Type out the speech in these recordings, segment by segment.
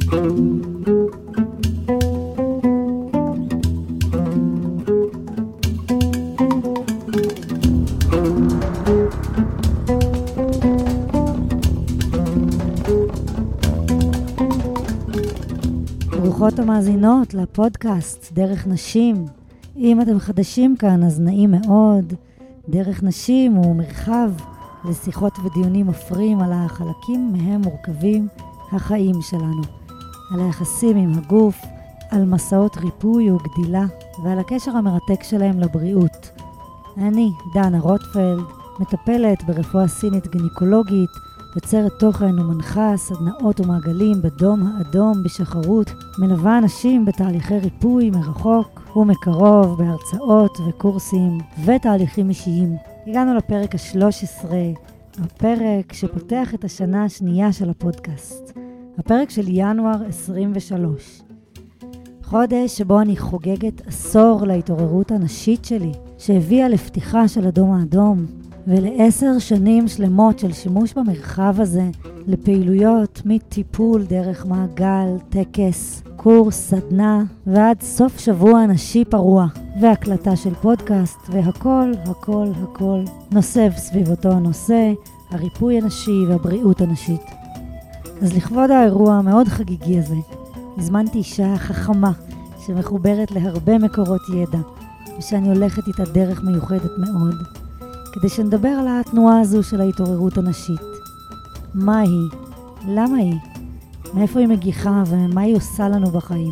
ברוכות המאזינות לפודקאסט דרך נשים. אם אתם חדשים כאן אז נעים מאוד. דרך נשים הוא מרחב לשיחות ודיונים מפרים על החלקים מהם מורכבים החיים שלנו. על היחסים עם הגוף, על מסעות ריפוי וגדילה ועל הקשר המרתק שלהם לבריאות. אני, דנה רוטפלד, מטפלת ברפואה סינית גינקולוגית, יוצרת תוכן ומנחה סדנאות ומעגלים בדום האדום בשחרות, מלווה אנשים בתהליכי ריפוי מרחוק ומקרוב בהרצאות וקורסים ותהליכים אישיים. הגענו לפרק ה-13, הפרק שפותח את השנה השנייה של הפודקאסט, הפרק של ינואר 23. חודש שבו אני חוגגת עשור להתעוררות הנשית שלי, שהביאה לפתיחה של אדום האדום, ול10 שנים שלמות של שימוש במרחב הזה, לפעילויות מטיפול דרך מעגל, טקס, קורס, סדנה, ועד סוף שבוע נשי פרוע, והקלטה של פודקאסט, והכל, הכל, הכל נוסף סביב אותו הנושא, הריפוי הנשי והבריאות הנשית. אז לכבוד האירוע המאוד חגיגי הזה, הזמנתי אישה חכמה שמחוברת להרבה מקורות ידע, ושאני הולכת איתה דרך מיוחדת מאוד, כדי שנדבר על התנועה הזו של ההתעוררות הנשית. מה היא? למה היא? מאיפה היא מגיחה ומה היא עושה לנו בחיים?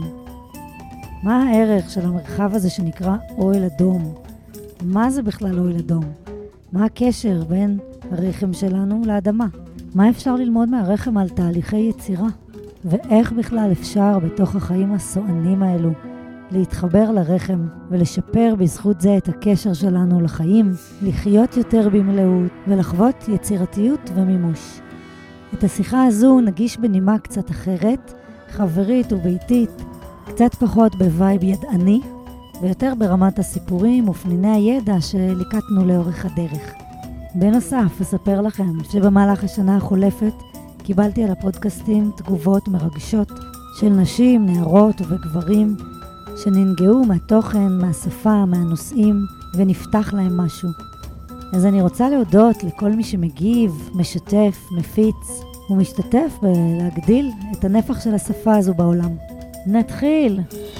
מה הערך של המרחב הזה שנקרא אוהל אדום? מה זה בכלל אוהל אדום? מה הקשר בין הרחם שלנו לאדמה? מה אפשר ללמוד מהרחם על תהליכי יצירה? ואיך בכלל אפשר בתוך החיים הסוענים האלו להתחבר לרחם ולשפר בזכות זה את הקשר שלנו לחיים, לחיות יותר במלאות ולחוות יצירתיות ומימוש. את השיחה הזו נגיש בנימה קצת אחרת, חברית וביתית, קצת פחות בווייב ידעני, ויותר ברמת הסיפורים ופניני הידע שליקטנו לאורך הדרך. בנוסף, אספר לכם שבמהלך השנה החולפת קיבלתי על הפודקאסטים תגובות מרגשות של נשים, נערות וגברים שננגעו מהתוכן, מהשפה, מהנושאים, ונפתח להם משהו. אז אני רוצה להודות לכל מי שמגיב, משתף, מפיץ ומשתתף בלהגדיל את הנפח של השפה הזו בעולם. נתחיל!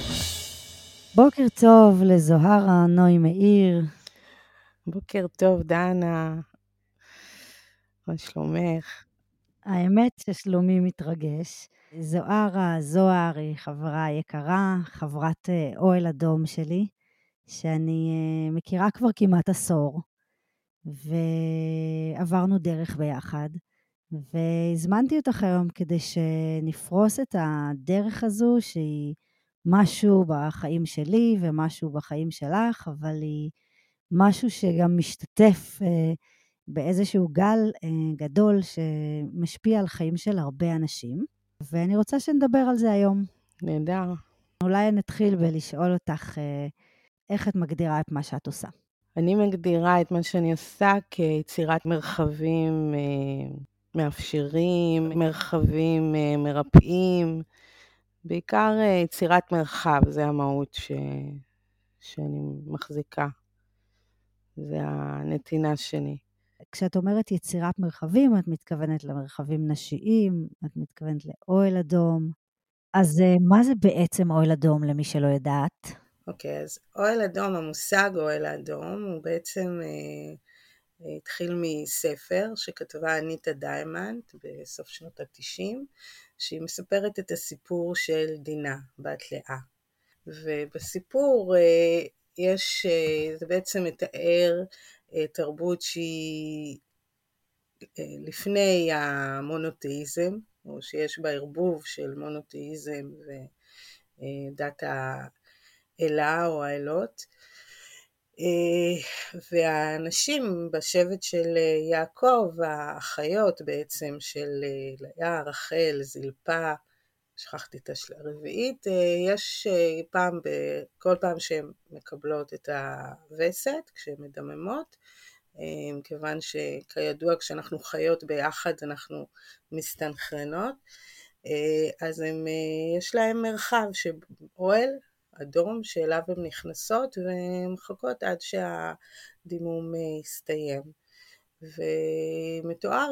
בוקר טוב לזוהרה נוי מאיר. בוקר טוב דנה, מה שלומך? האמת ששלומי מתרגש. זוהר היא חברה יקרה, חברת אוהל אדום שלי, שאני מכירה כבר כמעט עשור, ועברנו דרך ביחד, והזמנתי אותך היום כדי שנפרוס את הדרך הזו, שהיא משהו בחיים שלי ומשהו בחיים שלך, אבל היא משהו שגם משתתף באיזשהו גל גדול שמשפיע על חיים של הרבה אנשים, ואני רוצה שנדבר על זה היום. נהדר. אולי נתחיל בלשאול אותך איך את מגדירה את מה שאת עושה. אני מגדירה את מה שאני עושה כיצירת מרחבים מאפשרים, מרחבים מרפאים, בעיקר יצירת מרחב, זה המהות שאני מחזיקה, זה הנתינה שלי. כשאת אומרת יצירת מרחבים, את מתכוונת למרחבים נשיים, את מתכוונת לאוהל אדום. אז מה זה בעצם אוהל אדום למי שלא יודעת? אוקיי, אז אוהל אדום, המושג אוהל אדום, הוא בעצם התחיל מספר שכתבה אניטה דיימנד בסוף שנות ה-90, שהיא מספרת את הסיפור של דינה, בת לאה. ובסיפור זה בעצם מתאר תרבות שהיא לפני המונותאיזם, או שיש בה ערבוב של מונותאיזם ודת האלה או האלות, והאנשים בשבט של יעקב, האחיות בעצם של לאה, רחל, זלפה, שכחתי את הרביעית, יש כל פעם שהן מקבלות את הווסת, כשהן מדממות, כיוון שכידוע כשאנחנו חיות ביחד אנחנו מסתנכרנות, אז יש להם מרחב אוהל אדום שאליו הן נכנסות ומחכות עד שהדימום יסתיים. ומתואר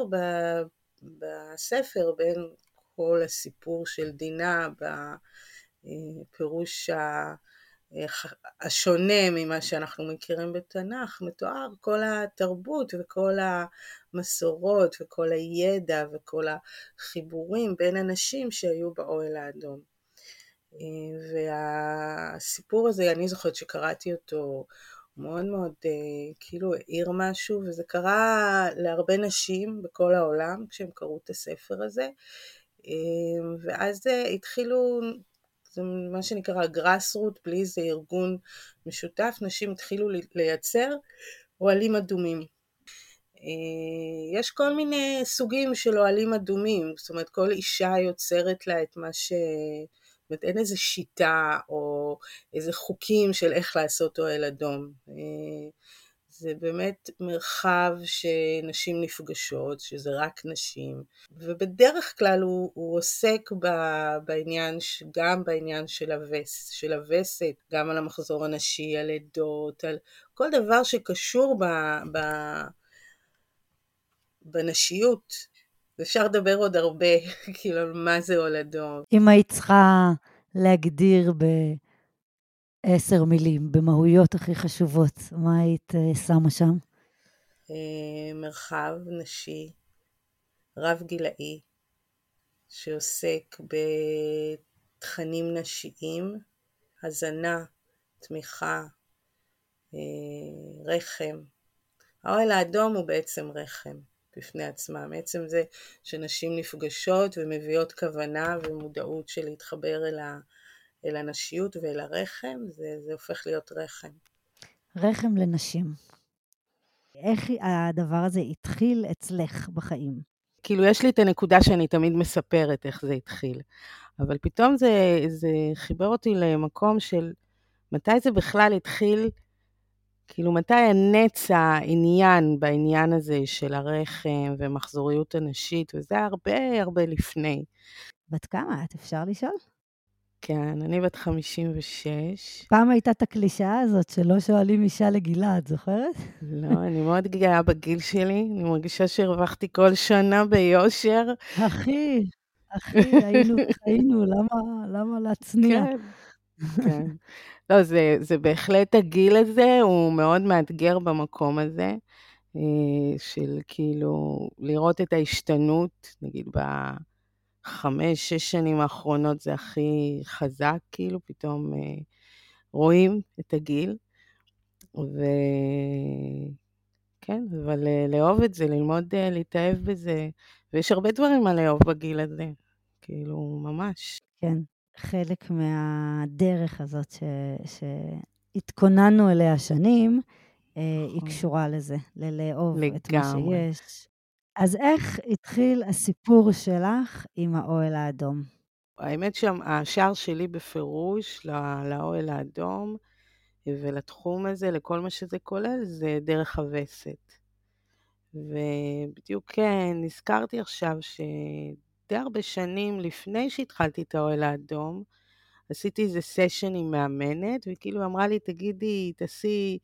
בספר בין כל הסיפור של דינה בפירוש השונה ממה שאנחנו מכירים בתנ"ך, מתואר כל התרבות וכל המסורות וכל הידע וכל החיבורים בין אנשים שהיו באוהל האדום. והסיפור הזה, אני זוכרת שקראתי אותו, מאוד מאוד כאילו העיר משהו, וזה קרה להרבה נשים בכל העולם כשהם קראו את הספר הזה, ואז התחילו, זה מה שנקרא גראסרוט, בלי איזה ארגון משותף, נשים התחילו לייצר אוהלים אדומים. יש כל מיני סוגים של אוהלים אדומים, זאת אומרת כל אישה יוצרת לה את מה זאת אומרת, אין איזו שיטה או איזה חוקים של איך לעשות אוהל אדום. זה באמת מרחב שנשים נפגשות, שזה רק נשים, ובדרך כלל הוא עוסק בעניין, גם בעניין של הווסת, גם על המחזור הנשי, על עדות, על כל דבר שקשור בנשיות. אפשר לדבר עוד הרבה, כאילו, על מה זה אוהל אדום. אם היית צריכה להגדיר ב10 מילים, במהויות הכי חשובות, מה היית שמה שם? מרחב נשי, רב גילאי, שעוסק בתכנים נשיים, הזנה, תמיכה, רחם. האוהל האדום הוא בעצם רחם בפני עצמם. בעצם זה שנשים נפגשות ומביאות כוונה ומודעות של להתחבר אל הנשיות ואל הרחם, זה הופך להיות רחם. רחם לנשים. איך הדבר הזה התחיל אצלך בחיים? כאילו יש לי את הנקודה שאני תמיד מספרת איך זה התחיל, אבל פתאום זה חיבר אותי למקום של מתי זה בכלל התחיל, כאילו מתי הנץ העניין בעניין הזה של הרחם ומחזוריות הנשית, וזה הרבה הרבה לפני. בת כמה את? אפשר לשאול? כן, אני בת 56. פעם הייתה את הקלישאה הזאת שלא שואלים אישה לגילה, את זוכרת? לא, אני מאוד גאה בגיל שלי, אני מרגישה שהרווחתי כל שנה ביושר. אחי, חיינו, למה להצניע? כן, כן. לא, זה בהחלט הגיל הזה, הוא מאוד מאתגר במקום הזה, של כאילו לראות את ההשתנות, נגיד ב5-6 שנים האחרונות זה הכי חזק, כאילו פתאום רואים את הגיל, וכן, אבל לאהוב את זה, ללמוד להתאהב בזה, ויש הרבה דברים מה לאהוב בגיל הזה, כאילו ממש. כן, חלק מהדרך הזאת שהתכוננו אליה שנים, היא קשורה לזה, ללאהוב את מה לגמרי. שיש. אז איך התחיל הסיפור שלך עם האוהל האדום? האמת שהשער שלי בפירוש לאוהל האדום ולתחום הזה, לכל מה שזה כולל, זה דרך הווסת. ובדיוק נזכרתי עכשיו שדי הרבה שנים לפני שהתחלתי את האוהל האדום, עשיתי איזה סשן עם מאמנת, וכאילו אמרה לי, תגידי, תעשי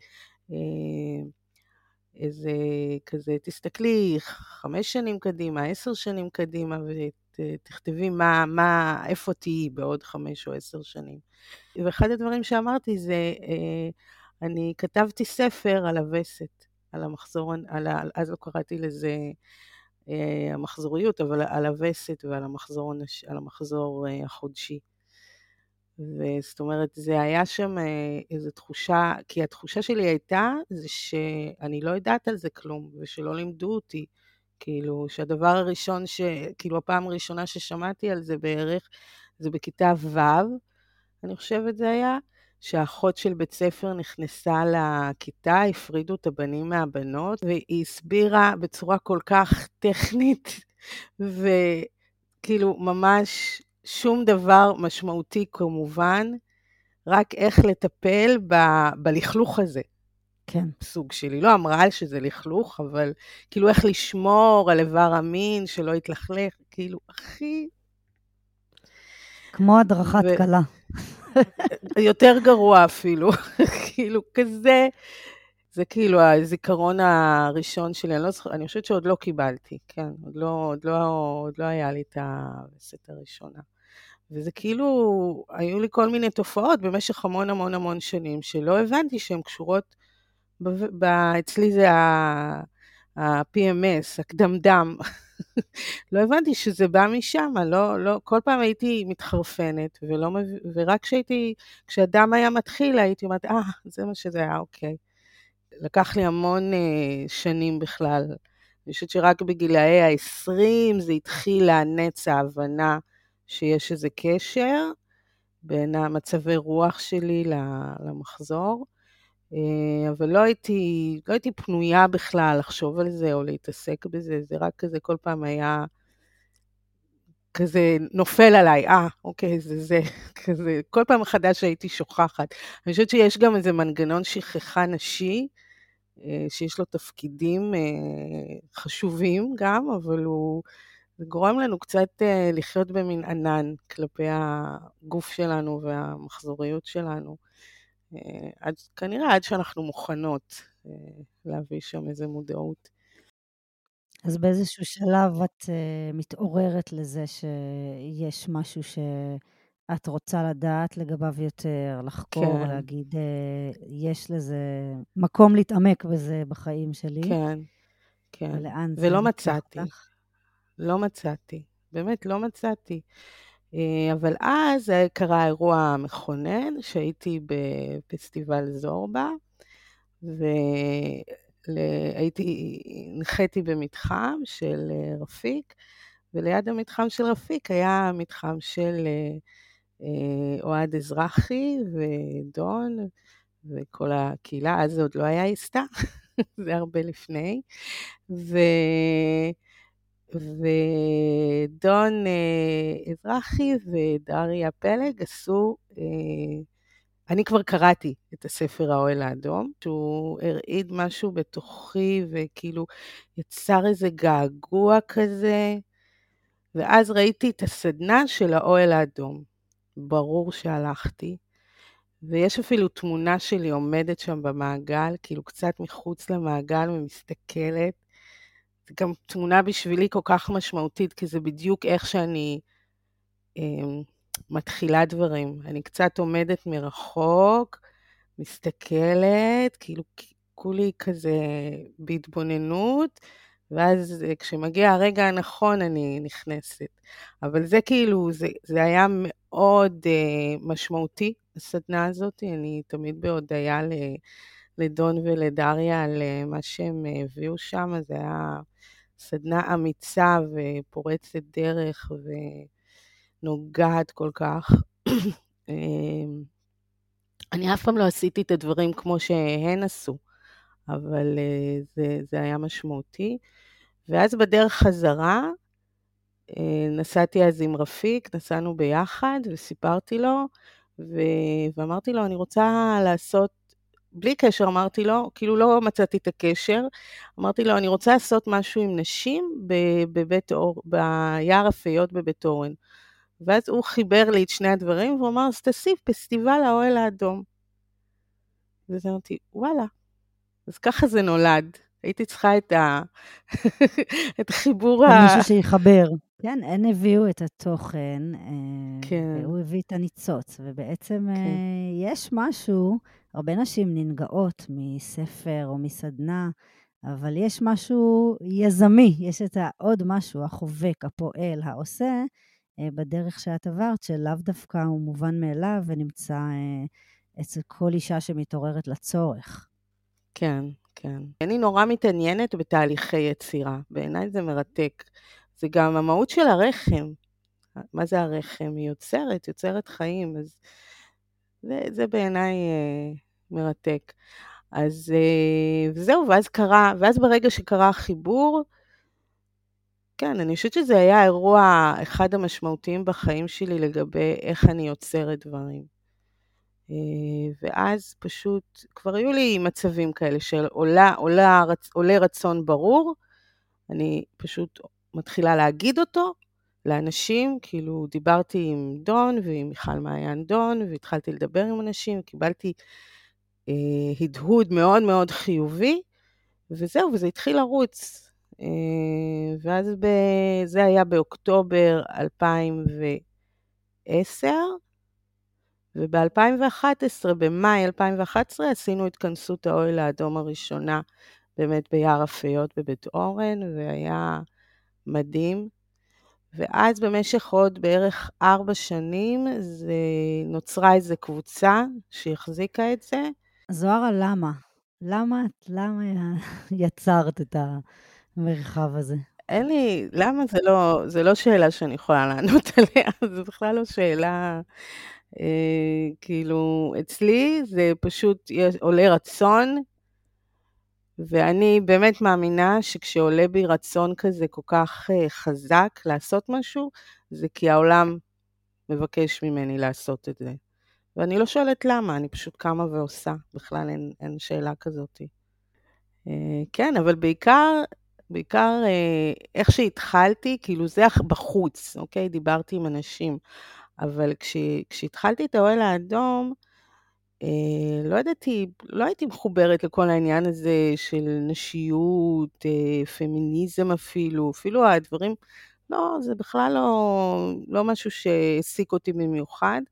איזה כזה, תסתכלי 5 שנים קדימה, 10 שנים קדימה, ותכתבי איפה תהיי בעוד 5 או 10 שנים. ואחד הדברים שאמרתי זה, אני כתבתי ספר על הווסת, על המחזור, אז לא קראתי לזה המחזוריות, אבל על הווסת ועל המחזור החודשי. וזאת אומרת, זה היה שם איזו תחושה, כי התחושה שלי הייתה, זה שאני לא יודעת על זה כלום, ושלא לימדו אותי, כאילו, שהדבר הראשון, כאילו הפעם הראשונה ששמעתי על זה בערך, זה בכיתה ו', אני חושבת זה היה, שהאחות של בית ספר נכנסה לכיתה, הפרידו את הבנים מהבנות, והיא הסבירה בצורה כל כך טכנית, וכאילו ממש שום דבר משמעותי כמובן, רק איך לטפל בלכלוך הזה. כן. סוג שלי, לא אמרה שזה לכלוך, אבל כאילו איך לשמור על איבר המין, שלא יתלכלך, כאילו הכי כמו הדרכת קלה. יותר גרוע אפילו, כאילו כזה, זה כאילו הזיכרון הראשון שלי, אני חושבת שעוד לא קיבלתי, כן, עוד לא היה לי את הווסת הראשונה. וזה כאילו, היו לי כל מיני תופעות במשך המון המון המון שנים, שלא הבנתי שהן קשורות, אצלי זה ה-PMS, הקדמדם. לא הבנתי שזה בא משם, כל פעם הייתי מתחרפנת, ורק כשהדם היה מתחיל, הייתי אומרת, זה מה שזה היה, אוקיי. לקח לי המון שנים בכלל. אני חושבת שרק בגילאי ה-20 זה התחיל לאנץ ההבנה שיש איזה קשר בין המצבי רוח שלי למחזור, אבל לא הייתי פנויה בכלל לחשוב על זה או להתעסק בזה, זה רק כזה כל פעם היה כזה נופל עליי, אוקיי, זה, כזה, כל פעם מחדש הייתי שוכחת. אני חושבת שיש גם איזה מנגנון שכחה נשי, שיש לו תפקידים חשובים גם, אבל זה גורם לנו קצת לחיות במין ענן כלפי הגוף שלנו והמחזוריות שלנו. כנראה עד שאנחנו מוכנות להביא שם איזה מודעות. אז באיזשהו שלב את מתעוררת לזה שיש משהו שאת רוצה לדעת לגביו יותר, לחקור, כן. להגיד, יש לזה מקום להתעמק בזה בחיים שלי. כן, כן. ולאן זה ולא לקח מצאתי. אותך? לא מצאתי. באמת לא מצאתי. אבל אז קרה אירוע מכונן, שהייתי בפסטיבל זורבה, נחיתי במתחם של רפיק, וליד המתחם של רפיק היה מתחם של אוהד אזרחי ודון, וכל הקהילה, אז זה עוד לא היה איסטה, זה הרבה לפני, ודון אזרחי ודריה פלג עשו, אני כבר קראתי את הספר האוהל האדום, שהוא הרעיד משהו בתוכי, וכאילו יצר איזה געגוע כזה, ואז ראיתי את הסדנה של האוהל האדום. ברור שהלכתי, ויש אפילו תמונה שלי עומדת שם במעגל, כאילו קצת מחוץ למעגל ומסתכלת. זו גם תמונה בשבילי כל כך משמעותית, כי זה בדיוק איך שאני מתחילה דברים. אני קצת עומדת מרחוק, מסתכלת, כאילו כולי כזה בהתבוננות, ואז כשמגיע הרגע הנכון אני נכנסת. אבל זה כאילו, זה היה מאוד משמעותי, הסדנה הזאת. אני תמיד בהודיה לדון ולדריה על מה שהם הביאו שם, זה היה סדנה אמיצה ופורצת דרך ונוגעת כל כך. אני אף פעם לא עשיתי את הדברים כמו שהן עשו, אבל זה היה משמעותי. ואז בדרך חזרה, נסעתי אז עם רפיק, נסענו ביחד וסיפרתי לו, ואמרתי לו, אני רוצה לעשות, בלי קשר אמרתי לו, כאילו לא מצאתי את הקשר, אמרתי לו, אני רוצה לעשות משהו עם נשים ביער הפיות בבית אורן. ואז הוא חיבר לי את שני הדברים, והוא אמר, אז תוסיף פסטיבל האוהל האדום. ואז אמרתי, וואלה, אז ככה זה נולד. הייתי צריכה את חיבור מישהו שיחבר. כן, הן הביאו את התוכן, כן. והוא הביא את הניצוץ, ובעצם כן. יש משהו, הרבה נשים ננגעות מספר או מסדנה, אבל יש משהו יזמי, יש את העוד משהו, החובק, הפועל, העושה, בדרך שאת עברת, שלאו דווקא הוא מובן מאליו, ונמצא אצל כל אישה שמתעוררת לצורך. כן, כן. אני נורא מתעניינת בתהליכי יצירה, בעיניי זה מרתק. זה גם המהות של הרחם. מה זה הרחם? היא יוצרת חיים, אז זה בעיניי מרתק. אז זהו, ואז ברגע שקרה החיבור, כן, אני חושבת שזה היה אירוע אחד המשמעותיים בחיים שלי לגבי איך אני יוצרת דברים. ואז פשוט, כבר היו לי מצבים כאלה של עולה רצון ברור, אני פשוט מתחילה להגיד אותו, לאנשים, כאילו דיברתי עם דון ועם מיכל מעיין דון, והתחלתי לדבר עם אנשים, קיבלתי הדהוד מאוד מאוד חיובי, וזהו, וזה התחיל לרוץ. ואז זה היה באוקטובר 2010, וב-2011, במאי 2011, עשינו התכנסות האוהל האדום הראשונה, באמת ביער הפיות בבית אורן, והיה מדהים. ואז במשך עוד בערך 4 שנים, נוצרה איזו קבוצה שהחזיקה את זה. זוהרה, למה? למה יצרת את המרחב הזה? אין לי, למה זה לא שאלה שאני יכולה לענות עליה, זו בכלל לא שאלה, כאילו, אצלי זה פשוט עולה רצון, ואני באמת מאמינה שכשעולה בי רצון כזה כל כך חזק לעשות משהו, זה כי העולם מבקש ממני לעשות את זה. ואני לא שואלת למה, אני פשוט קמה ועושה, בכלל אין שאלה כזאת. כן, אבל בעיקר איך שהתחלתי, כאילו זה בחוץ, אוקיי? דיברתי עם אנשים, אבל כשהתחלתי את האוהל האדום, לא הייתי מחוברת לכל העניין הזה של נשיות, פמיניזם אפילו הדברים, לא, זה בכלל לא משהו שהעסיק אותי במיוחד,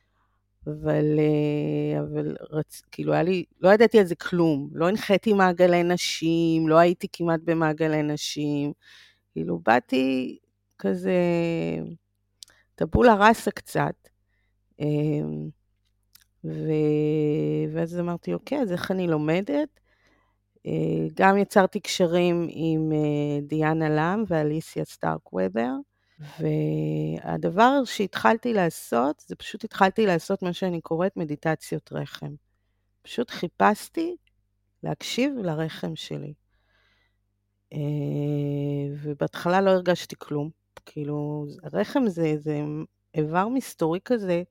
אבל כאילו לא ידעתי על זה כלום, לא הנחיתי מעגלי נשים, לא הייתי כמעט במעגלי נשים, כאילו באתי כזה טבולה ראסה קצת, ואז אמרתי, אוקיי, אז איך אני לומדת? גם יצרתי קשרים עם דיאנה לם ואליסיה סטארק וובר, והדבר שהתחלתי לעשות, זה פשוט התחלתי לעשות מה שאני קוראת מדיטציות רחם. פשוט חיפשתי להקשיב לרחם שלי. ובהתחלה לא הרגשתי כלום. כאילו, הרחם זה איבר מסתורי כזה,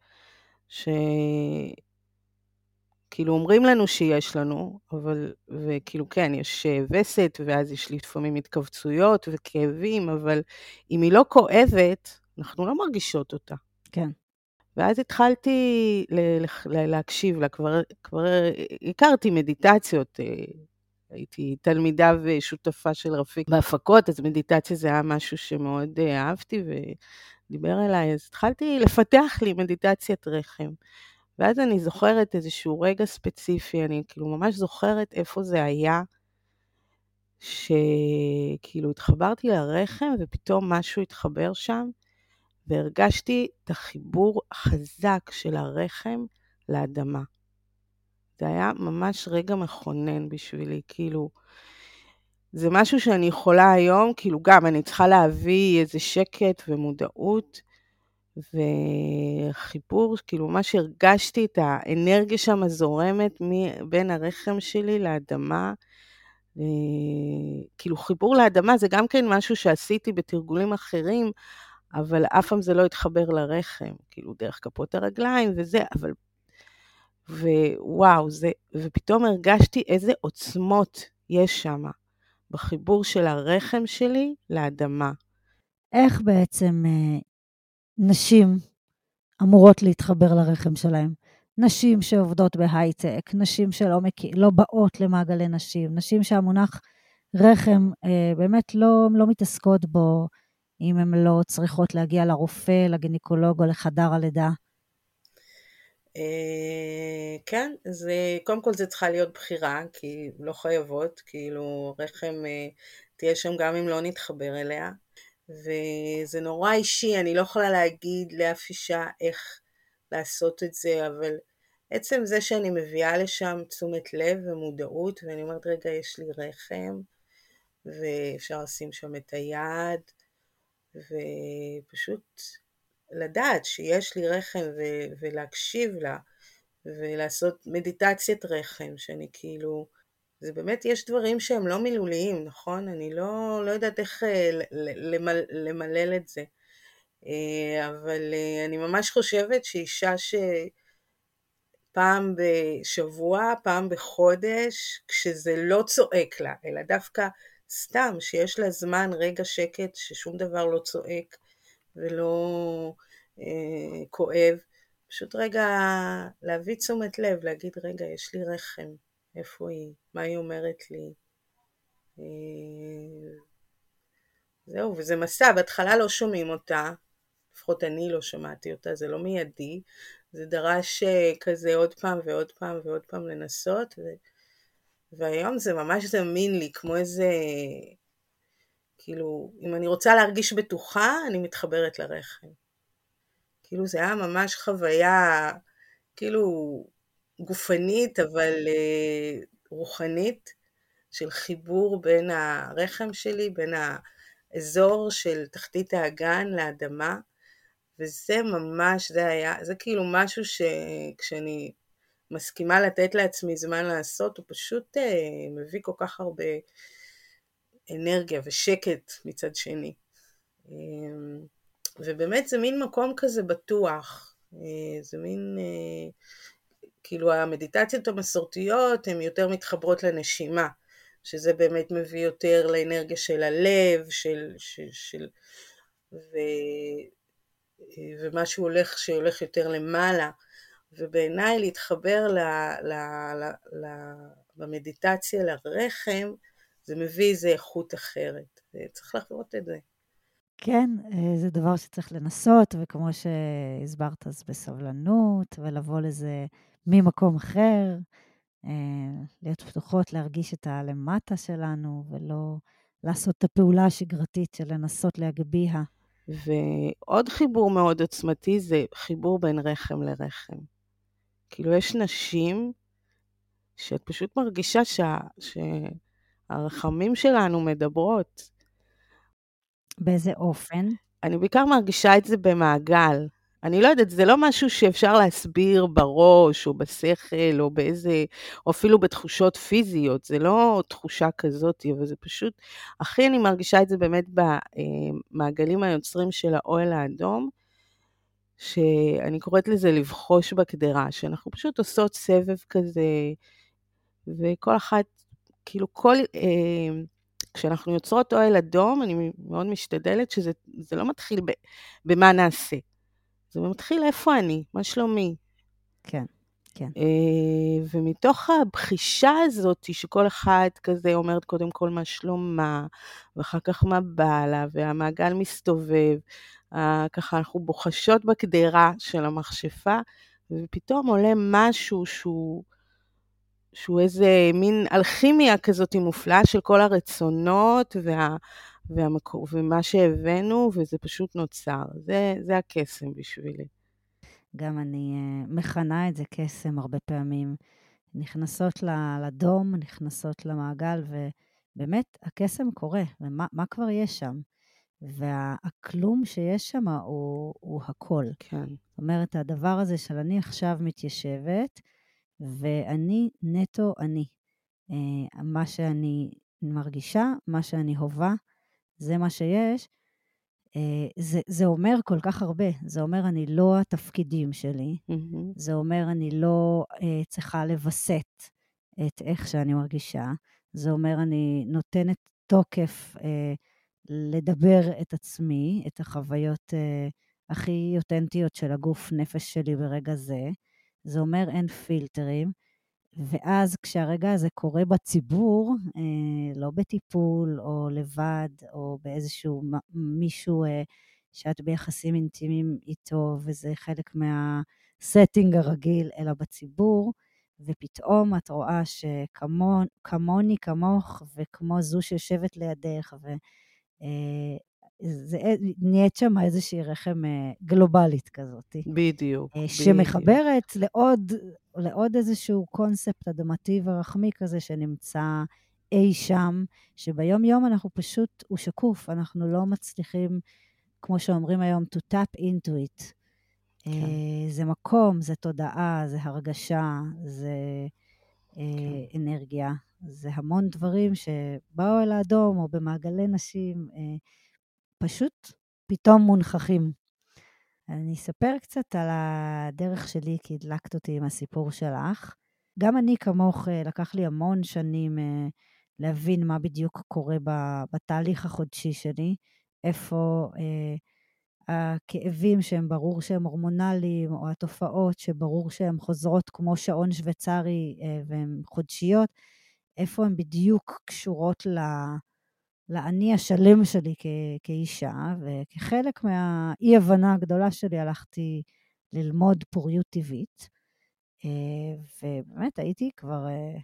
כאילו אומרים לנו שיש לנו, וכאילו כן, יש וסת, ואז יש לפעמים התכווצויות וכאבים, אבל אם היא לא כואבת, אנחנו לא מרגישות אותה. כן. ואז התחלתי להקשיב לה, כבר הכרתי מדיטציות, הייתי תלמידה ושותפה של רפיק בהפקות, אז מדיטציה זה היה משהו שמאוד אהבתי ודיבר אליי, אז התחלתי לפתח לי מדיטציית רחם. ואז אני זוכרת איזשהו רגע ספציפי, אני כאילו ממש זוכרת איפה זה היה, שכאילו התחברתי לרחם ופתאום משהו התחבר שם, והרגשתי את החיבור החזק של הרחם לאדמה. זה היה ממש רגע מכונן בשבילי, כאילו, זה משהו שאני יכולה היום, כאילו גם אני צריכה להביא איזה שקט ומודעות, וחיבור, כאילו ממש הרגשתי את האנרגיה שם זורמת בין הרחם שלי לאדמה, כאילו חיבור לאדמה זה גם כן משהו שעשיתי בתרגולים אחרים, אבל אף פעם זה לא התחבר לרחם, כאילו דרך כפות הרגליים וזה, אבל, ווואו, ופתאום הרגשתי איזה עוצמות יש שם, בחיבור של הרחם שלי לאדמה. איך בעצם נשים אמורות להתחבר לרחם שלהם? נשים שעובדות בהייטק, נשים שלא באות למעגלי נשים, נשים שהמונח רחם באמת לא מתעסקות בו, אם הן לא צריכות להגיע לרופא, לגניקולוג או לחדר הלידה. כן, קודם כל זה צריכה להיות בחירה, כי לא חייבות, כאילו רחם תהיה שם גם אם לא נתחבר אליה, וזה נורא אישי, אני לא יכולה להגיד לאף אישה איך לעשות את זה, אבל עצם זה שאני מביאה לשם תשומת לב ומודעות, ואני אומרת רגע יש לי רחם, ואפשר לשים שם את היד, ופשוט לדעת שיש לי רחם ולהקשיב לה, ולעשות מדיטציית רחם, שאני כאילו, זה באמת יש דברים שהם לא מילוליים, נכון? אני לא יודעת איך למלל את זה, אבל אני ממש חושבת שאישה שפעם בשבוע, פעם בחודש, כשזה לא צועק לה, אלא דווקא סתם שיש לה זמן, רגע שקט, ששום דבר לא צועק, ולא כואב. פשוט רגע להביא תשומת לב, להגיד רגע, יש לי רחם, איפה היא? מה היא אומרת לי? זהו, וזה מסע, בהתחלה לא שומעים אותה, לפחות אני לא שמעתי אותה, זה לא מיידי, זה דרש כזה עוד פעם ועוד פעם ועוד פעם לנסות, והיום זה ממש זמין לי, כמו איזה, כאילו, אם אני רוצה להרגיש בטוחה, אני מתחברת לרחם. כאילו זה היה ממש חוויה, כאילו, גופנית, אבל רוחנית, של חיבור בין הרחם שלי, בין האזור של תחתית האגן לאדמה, וזה ממש, זה כאילו משהו שכשאני מסכימה לתת לעצמי זמן לעשות, הוא פשוט מביא כל כך הרבה אנרגיה ושקט מצד שני. ובאמת זה מין מקום כזה בטוח, זה מין, כאילו המדיטציות המסורתיות הן יותר מתחברות לנשימה, שזה באמת מביא יותר לאנרגיה של הלב, ומשהו שהולך יותר למעלה, ובעיניי להתחבר במדיטציה לרחם, זה מביא איזו איכות אחרת, צריך לחוות את זה. כן, זה דבר שצריך לנסות, וכמו שהסברת, אז בסבלנות, ולבוא לזה ממקום אחר, להיות פתוחות, להרגיש את הלמטה שלנו, ולא לעשות את הפעולה השגרתית של לנסות להגביה. ועוד חיבור מאוד עוצמתי זה חיבור בין רחם לרחם. כאילו יש נשים שאת פשוט מרגישה שהרחמים שלנו מדברות. באיזה אופן? אני בעיקר מרגישה את זה במעגל. אני לא יודעת, זה לא משהו שאפשר להסביר בראש או בשכל או או אפילו בתחושות פיזיות, זה לא תחושה כזאת, אבל זה פשוט, הכי אני מרגישה את זה באמת במעגלים היוצרים של האוהל האדום, שאני קוראת לזה לבחוש בקדרה, שאנחנו פשוט עושות סבב כזה, וכל אחת, כאילו כשאנחנו יוצרות אוהל אדום, אני מאוד משתדלת שזה לא מתחיל במה נעשה. זה מתחיל איפה אני, מה שלומי. כן, כן. ומתוך הבחישה הזאת, שכל אחד כזה אומרת קודם כל מה שלומה, ואחר כך מה בא לה, והמעגל מסתובב, ככה אנחנו בוחשות בקדרה של המכשפה, ופתאום עולה משהו שהוא איזה מין אלכימיה כזאת מופלאה של כל הרצונות ומה שהבאנו, וזה פשוט נוצר. זה הקסם בשבילי. גם אני מכנה את זה קסם הרבה פעמים. נכנסות לדום, נכנסות למעגל, ובאמת הקסם קורה, ומה כבר יש שם? והכלום שיש שם הוא הכל. כן. זאת אומרת, הדבר הזה של אני עכשיו מתיישבת, ואני נטו אני. מה שאני מרגישה, מה שאני הובה, זה מה שיש. זה אומר כל כך הרבה. זה אומר אני לא התפקידים שלי. זה אומר אני לא צריכה לבסט את איך שאני מרגישה. זה אומר אני נותנת תוקף לדבר את עצמי, את החוויות הכי אותנטיות של הגוף נפש שלי ברגע זה. זה אומר אין פילטרים. ואז כשהרגע הזה קורה בציבור, לא בטיפול או לבד, או באיזשהו מישהו שאת ביחסים אינטימיים איתו, וזה חלק מהסטינג הרגיל, אלא בציבור, ופתאום את רואה שכמוני, כמוך, וכמו זו שיושבת לידך, נהיית שם איזושהי רחם גלובלית כזאת. בדיוק. שמחברת לעוד איזשהו קונספט אדמתי ורחמי כזה שנמצא אי שם, שביום יום אנחנו פשוט, הוא שקוף, אנחנו לא מצליחים, כמו שאומרים היום, to tap into it. כן. זה מקום, זה תודעה, זה הרגשה, זה כן. אנרגיה, זה המון דברים שבאו אל האדום או במעגלי נשים, פשוט פתאום מונחכים. אני אספר קצת על הדרך שלי, כי הדלקת אותי עם הסיפור שלך. גם אני כמוך, לקח לי המון שנים להבין מה בדיוק קורה בתהליך החודשי שלי, איפה הכאבים שהם ברור שהם הורמונליים, או התופעות שברור שהן חוזרות כמו שעון שוויצרי והן חודשיות, איפה הן בדיוק קשורות לאני השלם שלי כאישה, וכחלק מהאי-הבנה הגדולה שלי הלכתי ללמוד פוריות טבעית, ובאמת הייתי כבר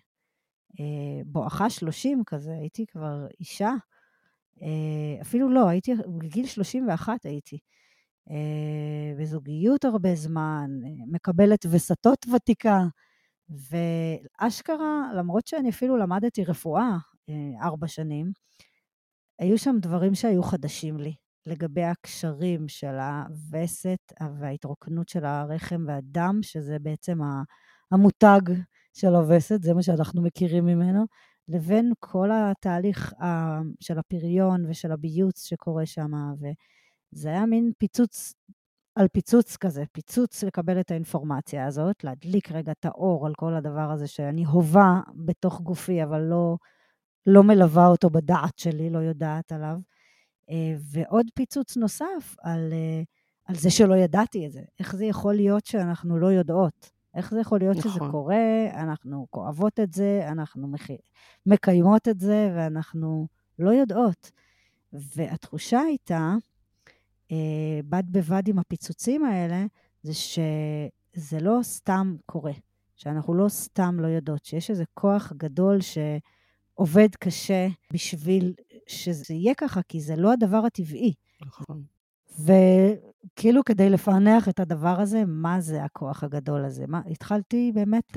בואכה 30 כזה, הייתי כבר אישה, אפילו לא, הייתי בגיל 31 הייתי, בזוגיות הרבה זמן, מקבלת וסתות ותיקה, ואשכרה, למרות שאני אפילו למדתי רפואה 4 שנים, היו שם דברים שהיו חדשים לי, לגבי הקשרים של הווסת וההתרוקנות של הרחם והדם, שזה בעצם המותג של הווסת, זה מה שאנחנו מכירים ממנו, לבין כל התהליך של הפריון ושל הביוץ שקורה שם, וזה היה מין פיצוץ על פיצוץ כזה, פיצוץ לקבל את האינפורמציה הזאת, להדליק רגע את האור על כל הדבר הזה שאני הובה בתוך גופי, אבל לא מלווה אותו בדעת שלי, לא יודעת עליו. ועוד פיצוץ נוסף על זה שלא ידעתי את זה. איך זה יכול להיות שאנחנו לא יודעות? איך זה יכול להיות שזה קורה? אנחנו כואבות את זה, אנחנו מקיימות את זה, ואנחנו לא יודעות. והתחושה הייתה, בד בבד עם הפיצוצים האלה, זה שזה לא סתם קורה, שאנחנו לא סתם לא יודעות, שיש איזה כוח גדול שעובד קשה בשביל שזה יהיה ככה, כי זה לא הדבר הטבעי. נכון. וכאילו כדי לפענח את הדבר הזה, מה זה הכוח הגדול הזה? התחלתי באמת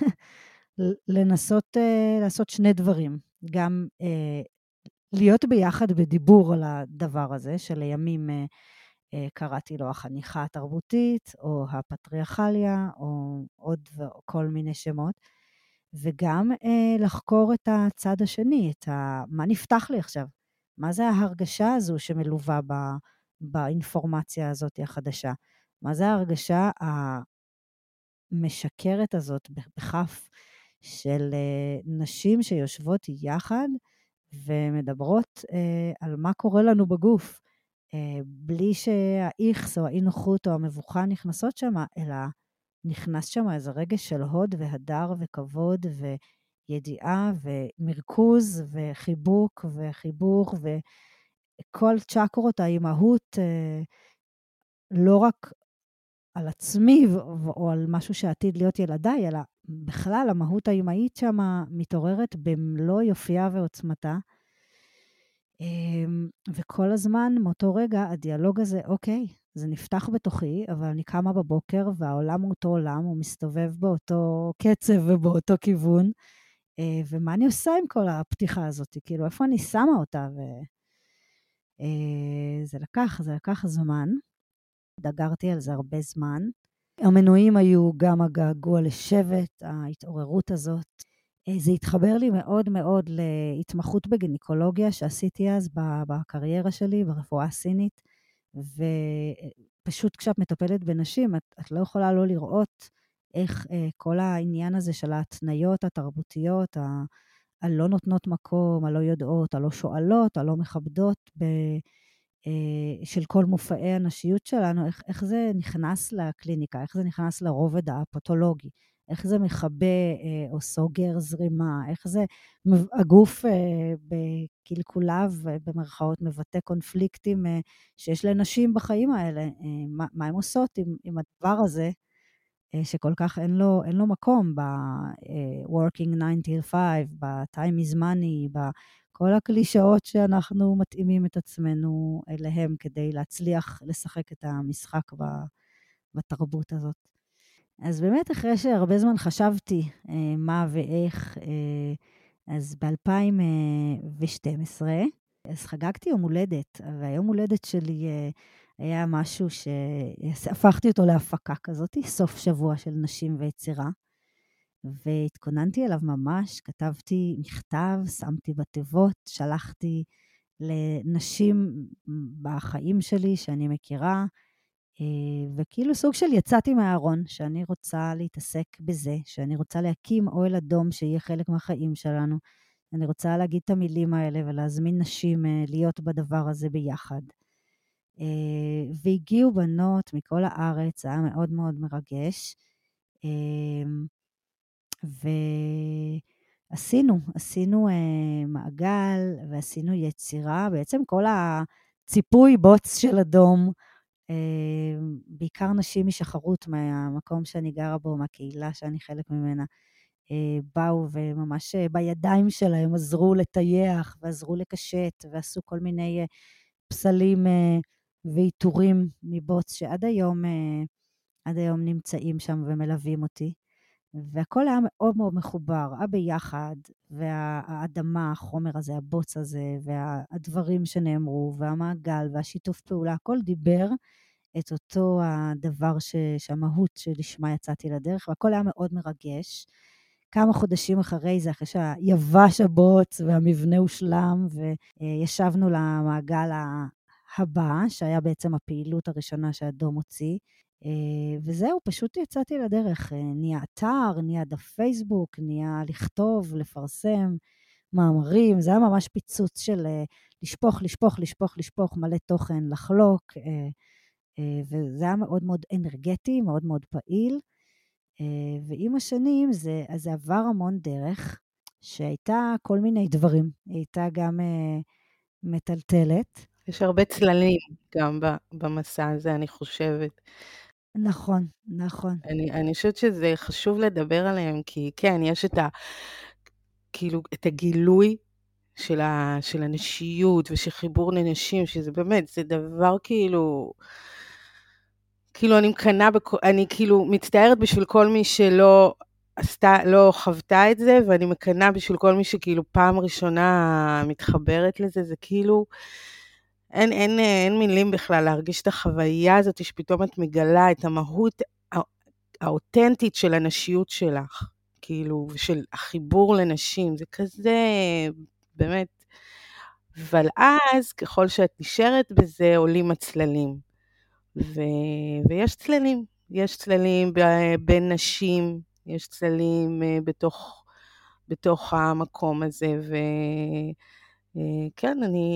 לנסות לעשות 2 דברים. גם להיות ביחד בדיבור על הדבר הזה, שלימים קראתי לו החניכה התרבותית, או הפטריארכליה, או עוד כל מיני שמות, וגם לחקור את הצד השני, מה נפתח לי עכשיו, מה זה ההרגשה הזו שמלווה באינפורמציה הזאת החדשה, מה זה ההרגשה המשקרת הזאת בכף של נשים שיושבות יחד, ומדברות על מה קורה לנו בגוף, בלי שהאיכס או האי נוחות או המבוכה נכנסות שם, אלא נכנס שם איזה רגש של הוד והדר וכבוד וידיעה ומרכוז וחיבוק וחיבור וכל צ'קרות האימהות, לא רק על עצמי או על משהו שעתיד להיות ילדיי, אלא בכלל המהות האימהית שם מתעוררת במלוא יופייה ועוצמתה, וכל הזמן מאותו רגע הדיאלוג הזה, אוקיי, זה נפתח בתוכי, אבל אני קמה בבוקר והעולם הוא אותו עולם, הוא מסתובב באותו קצב ובאותו כיוון, ומה אני עושה עם כל הפתיחה הזאת? כאילו, איפה אני שמה אותה? זה לקח זמן, דגרתי על זה הרבה זמן. המנועים היו גם הגעגוע לשבט, ההתעוררות הזאת. זה התחבר לי מאוד מאוד להתמחות בגינקולוגיה שעשיתי אז בקריירה שלי, ברפואה הסינית, ופשוט כשאת מטפלת בנשים, את לא יכולה לא לראות איך כל העניין הזה של ההתניות התרבותיות, הלא נותנות מקום, הלא יודעות, הלא שואלות, הלא מכבדות, של כל מופעי הנשיות שלנו, איך זה נכנס לקליניקה, איך זה נכנס לרובד הפתולוגי, איך זה מכבה או סוגר זרימה, איך זה הגוף בקלקוליו במרכאות מבטא קונפליקטים שיש לנשים בחיים האלה, מה הן עושות עם הדבר הזה, שכל כך אין לו מקום ב-working 9 till 5, ב-time is money, כל הקלישאות שאנחנו מתאימים את עצמנו אליהם כדי להצליח לשחק את המשחק בתרבות הזאת. אז באמת אחרי שהרבה זמן חשבתי מה ואיך, אז ב-2012, אז חגגתי יום הולדת, והיום הולדת שלי היה משהו שהפכתי אותו להפקה כזאת, סוף שבוע של נשים ויצירה, והתכוננתי אליו ממש, כתבתי מכתב, שמתי בתיבות, שלחתי לנשים בחיים שלי שאני מכירה, וכאילו סוג של יצאתי מהארון, שאני רוצה להתעסק בזה, שאני רוצה להקים אוהל אדום שיהיה חלק מהחיים שלנו, אני רוצה להגיד את המילים האלה ולהזמין נשים להיות בדבר הזה ביחד. והגיעו בנות מכל הארץ, זה היה מאוד מאוד מרגש. עשינו מעגל ועשינו יצירה, בעצם כל הציפוי בוץ של אדום, בעיקר נשים משחרות מהמקום שאני גרה בו, מהקהילה שאני חלק ממנה, באו וממש בידיים שלהם עזרו לטייח ועזרו לקשט ועשו כל מיני פסלים ואיתורים מבוץ שעד היום נמצאים שם ומלווים אותי. והכל היה מאוד מאוד מחובר, ביחד, והאדמה, החומר הזה, הבוץ הזה, והדברים שנאמרו, והמעגל, והשיתוף פעולה, הכל דיבר את אותו הדבר שהמהות שלשמה יצאתי לדרך, והכל היה מאוד מרגש. כמה חודשים אחרי זה, אחרי שיבש הבוץ והמבנה הושלם, וישבנו למעגל הבא, שהיה בעצם הפעילות הראשונה שהאדום הוציא, וזהו, פשוט יצאתי לדרך. נהיה אתר, נהיה דף פייסבוק, נהיה לכתוב, לפרסם מאמרים, זה היה ממש פיצוץ של לשפוך מלא תוכן, לחלוק, וזה היה מאוד מאוד אנרגטי, מאוד מאוד פעיל, ועם השנים זה עבר המון דרך, שהייתה כל מיני דברים, היא הייתה גם מטלטלת. יש הרבה צללים גם במסע הזה, אני חושבת. נכון, נכון. אני חושבת שזה חשוב לדבר עליהם, כי כן, יש כאילו, את הגילוי של הנשיות ושל חיבור לנשים, שזה באמת, זה דבר כאילו אני כאילו מצטערת בשביל כל מי שלא לא חוותה את זה, ואני מקנה בשביל כל מי שכאילו פעם ראשונה מתחברת לזה, זה כאילו, אין מילים בכלל להרגיש את החוויה הזאת, שפתאום את מגלה את המהות האותנטית של הנשיות שלך, כאילו, של החיבור לנשים, זה כזה, באמת, אבל אז, ככל שאת נשארת בזה, עולים הצללים, ויש צללים, יש צללים בין נשים, יש צללים בתוך המקום הזה, וכן,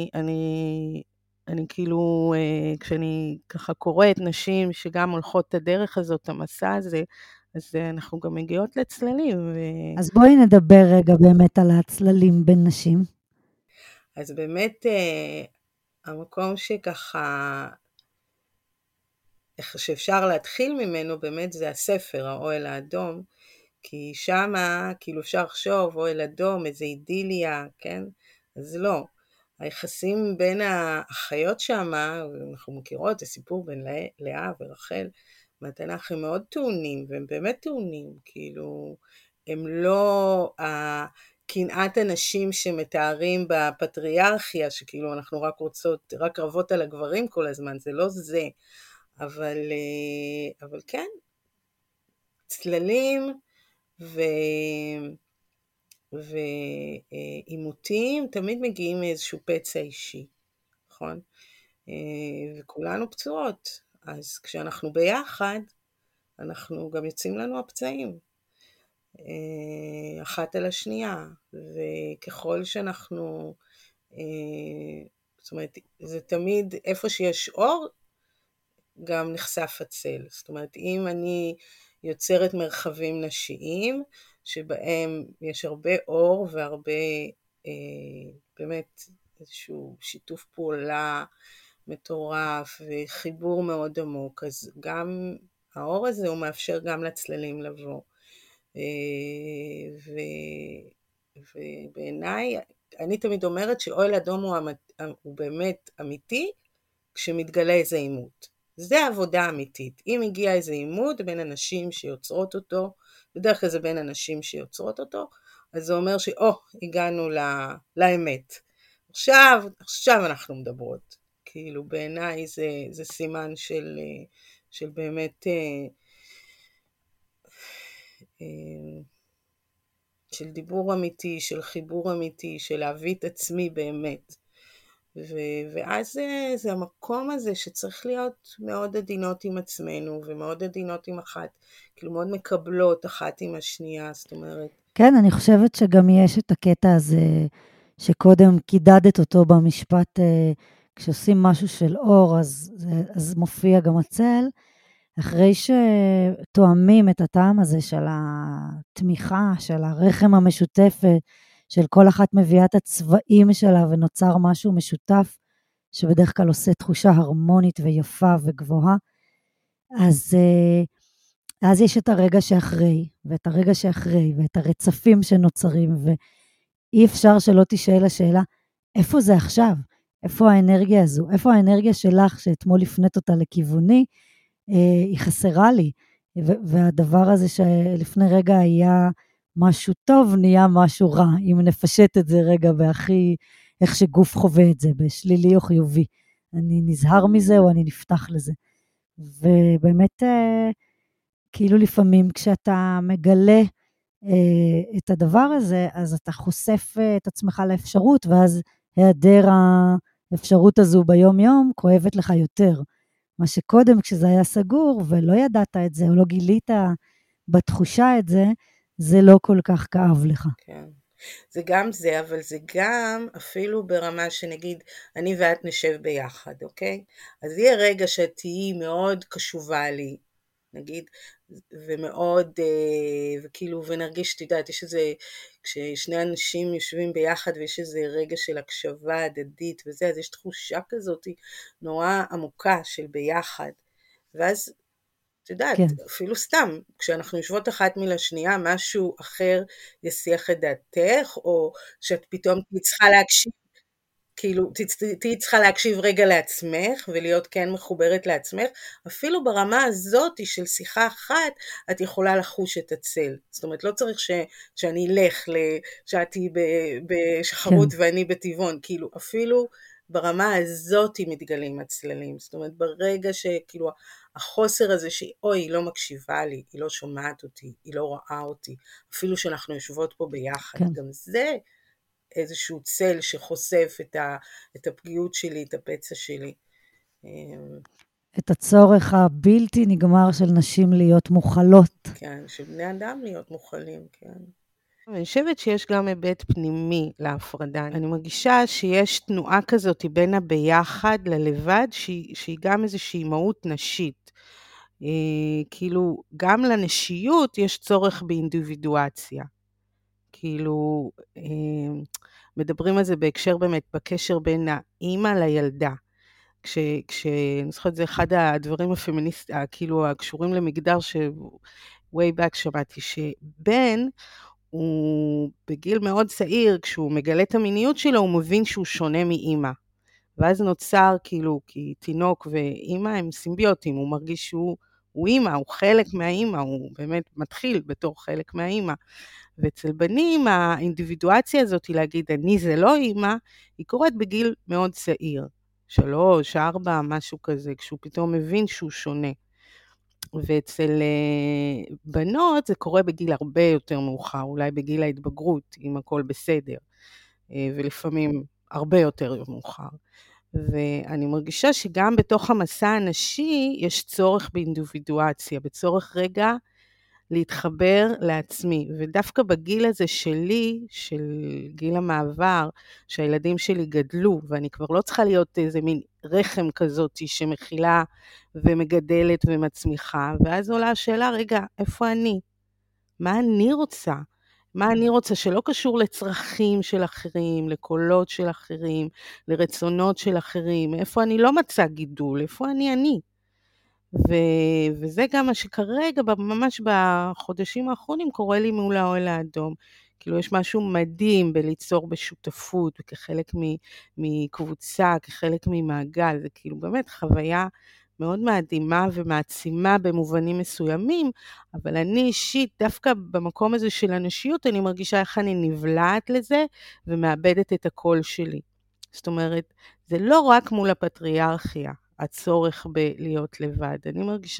אני כאילו, כשאני ככה קוראת נשים שגם הולכות את הדרך הזאת, המסע הזה, אז אנחנו גם מגיעות לצללים. אז בואי נדבר רגע באמת על הצללים בין נשים. אז באמת, המקום שככה, איך שאפשר להתחיל ממנו, באמת זה הספר, האוהל האדום, כי שמה, כאילו אפשר לחשוב, אוהל אדום, איזה אידיליה, כן? אז לא. היחסים בין האחיות שמה, אנחנו מכירות, זה סיפור בין לאה ורחל, מהתנ"ך הם מאוד טעונים, והם באמת טעונים, כאילו, הם לא קנאת הנשים שמתארים בפטריארכיה, שכאילו אנחנו רק רבות על הגברים כל הזמן, זה לא זה, אבל כן, צללים ועימותים תמיד מגיעים מאיזשהו פצע אישי, נכון? וכולנו פצועות, אז כשאנחנו ביחד, אנחנו גם יוצאים לנו הפצעים, אחת על השנייה, וככל שאנחנו, זאת אומרת, זה תמיד איפה שיש אור, גם נחשף הצל. זאת אומרת, אם אני יוצרת מרחבים נשיים, שבהם יש הרבה אור והרבה, באמת, איזשהו שיתוף פעולה מטורף וחיבור מאוד עמוק, אז גם האור הזה הוא מאפשר גם לצללים לבוא. ובעיניי, אני תמיד אומרת שאוהל אדום הוא באמת אמיתי, כשמתגלה איזה עימות. זה עבודה אמיתית. אם הגיע איזה עימות בין אנשים שיוצרות אותו, בדרך כלל זה בין אנשים שיוצרות אותו, אז זה אומר הגענו לאמת. עכשיו אנחנו מדברות. כאילו בעיניי זה סימן של באמת, של דיבור אמיתי, של חיבור אמיתי, של להביא את עצמי באמת. ואז זה המקום הזה שצריך להיות מאוד עדינות עם עצמנו, ומאוד עדינות עם אחת, כאילו מאוד מקבלות אחת עם השנייה, זאת אומרת. כן, אני חושבת שגם יש את הקטע הזה, שקודם קידדת אותו במשפט, כשעושים משהו של אור, אז מופיע גם הצל, אחרי שתואמים את הטעם הזה של התמיכה, של הרחם המשותפת, של כל אחת מביאה את הצבעים שלה ונוצר משהו משותף, שבדרך כלל עושה תחושה הרמונית ויפה וגבוהה, אז יש את הרגע שאחרי, ואת הרגע שאחרי, ואת הרצפים שנוצרים, ואי אפשר שלא תשאל השאלה, איפה זה עכשיו? איפה האנרגיה הזו? איפה האנרגיה שלך שאתמול הפנית אותה לכיווני? היא חסרה לי. והדבר הזה שלפני רגע היה משהו טוב, נהיה משהו רע, אם נפשט את זה רגע בהכי, איך שגוף חווה את זה, בשלילי או חיובי. אני נזהר מזה או אני נפתח לזה. ובאמת, כאילו לפעמים כשאתה מגלה את הדבר הזה, אז אתה חושף את עצמך לאפשרות, ואז היעדר האפשרות הזו ביום יום כואבת לך יותר. מה שקודם כשזה היה סגור ולא ידעת את זה, או לא גילית בתחושה את זה, זה לא כל כך כאב לך. כן. זה גם זה, אבל זה גם אפילו ברמה שנגיד, אני ואת נשב ביחד, אוקיי? אז יהיה רגע שאת תהיי מאוד קשובה לי, נגיד, ומאוד, וכאילו, ונרגיש, את יודעת, יש איזה, כששני אנשים יושבים ביחד, ויש איזה רגע של הקשבה הדדית וזה, אז יש תחושה כזאת נורא עמוקה של ביחד. ואז, את יודעת, כן. אפילו סתם, כשאנחנו יושבות אחת מלשנייה, משהו אחר יסיח את דעתך, או שאת פתאום צריכה להקשיב, כאילו, תהיי צריכה להקשיב רגע לעצמך, ולהיות כן מחוברת לעצמך, אפילו ברמה הזאת של שיחה אחת, את יכולה לחוש את הצל. זאת אומרת, לא צריך שאני אלך, שאת תהיי בשחרות כן. ואני בטבעון, כאילו, אפילו ברמה הזאת מתגלים הצללים. זאת אומרת, ברגע שכאילו, החוסר הזה שאוי, היא לא מקשיבה לי, היא לא שומעת אותי, היא לא רואה אותי, אפילו שאנחנו יושבות פה ביחד, כן. גם זה איזשהו צל שחושף את הפגיעות שלי, את הפצע שלי. את הצורך הבלתי נגמר של נשים להיות מוכלות. כן, של בני אדם להיות מוכלים, כן. אני חושבת שיש גם היבט פנימי להפרדה. אני מרגישה שיש תנועה כזאת בין הביחד ללבד, שהיא גם איזושהי מהות נשית. כאילו, גם לנשיות יש צורך באינדיבידואציה. כאילו, מדברים על זה בהקשר באמת, בקשר בין האמא לילדה. אני זוכרת, זה אחד הדברים הפמיניסטיים, כאילו, הקשורים למגדר, way back שמעתי, שבן, הוא בגיל מאוד צעיר, כשהוא מגלה את המיניות שלו, הוא מבין שהוא שונה מאמא. ואז נוצר, כאילו, כי תינוק ואמא הם סימביוטים, הוא מרגיש שהוא אמא, הוא חלק מהאמא, הוא באמת מתחיל בתור חלק מהאמא. ואצל בנים, האינדיבידואציה הזאת, היא להגיד, אני זה לא אמא, היא קורית בגיל מאוד צעיר. 3, 4, משהו כזה, כשהוא פתאום מבין שהוא שונה. ואצל בנות זה קורה בגיל הרבה יותר מאוחר, אולי בגיל ההתבגרות, אם הכל בסדר, ולפעמים הרבה יותר מאוחר. ואני מרגישה שגם בתוך המסע הנשי יש צורך באינדיבידואציה, בצורך רגע להתחבר לעצמי. ודווקא בגיל הזה שלי, של גיל המעבר, שהילדים שלי גדלו, ואני כבר לא צריכה להיות איזה מין רחם כזאת שמכילה ומגדלת ומצמיחה, ואז עולה השאלה, רגע, איפה אני? מה אני רוצה? מה אני רוצה שלא קשור לצרכים של אחרים, לקולות של אחרים, לרצונות של אחרים, איפה אני לא מצא גידול, איפה אני? וזה גם מה שכרגע, ממש בחודשים האחרונים, קורה לי מול האוהל האדום. כאילו יש משהו מדהים בליצור בשותפות, וכחלק מקבוצה, כחלק ממעגל, זה כאילו באמת חוויה מאוד מדהימה ומעצימה במובנים מסוימים, אבל אני אישית, דווקא במקום הזה של הנשיות, אני מרגישה איך אני נבלעת לזה, ומאבדת את הקול שלי. זאת אומרת, זה לא רק מול הפטריארכיה, הצורך בלהיות לבד. אני מרגישה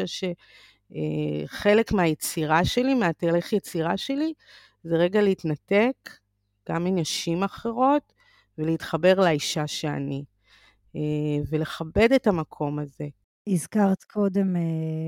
שחלק מהיצירה שלי, מהתהליך יצירה שלי, זה רגע להתנתק, גם מנשים אחרות, ולהתחבר לאישה שאני, ולכבד את המקום הזה. הזכרת קודם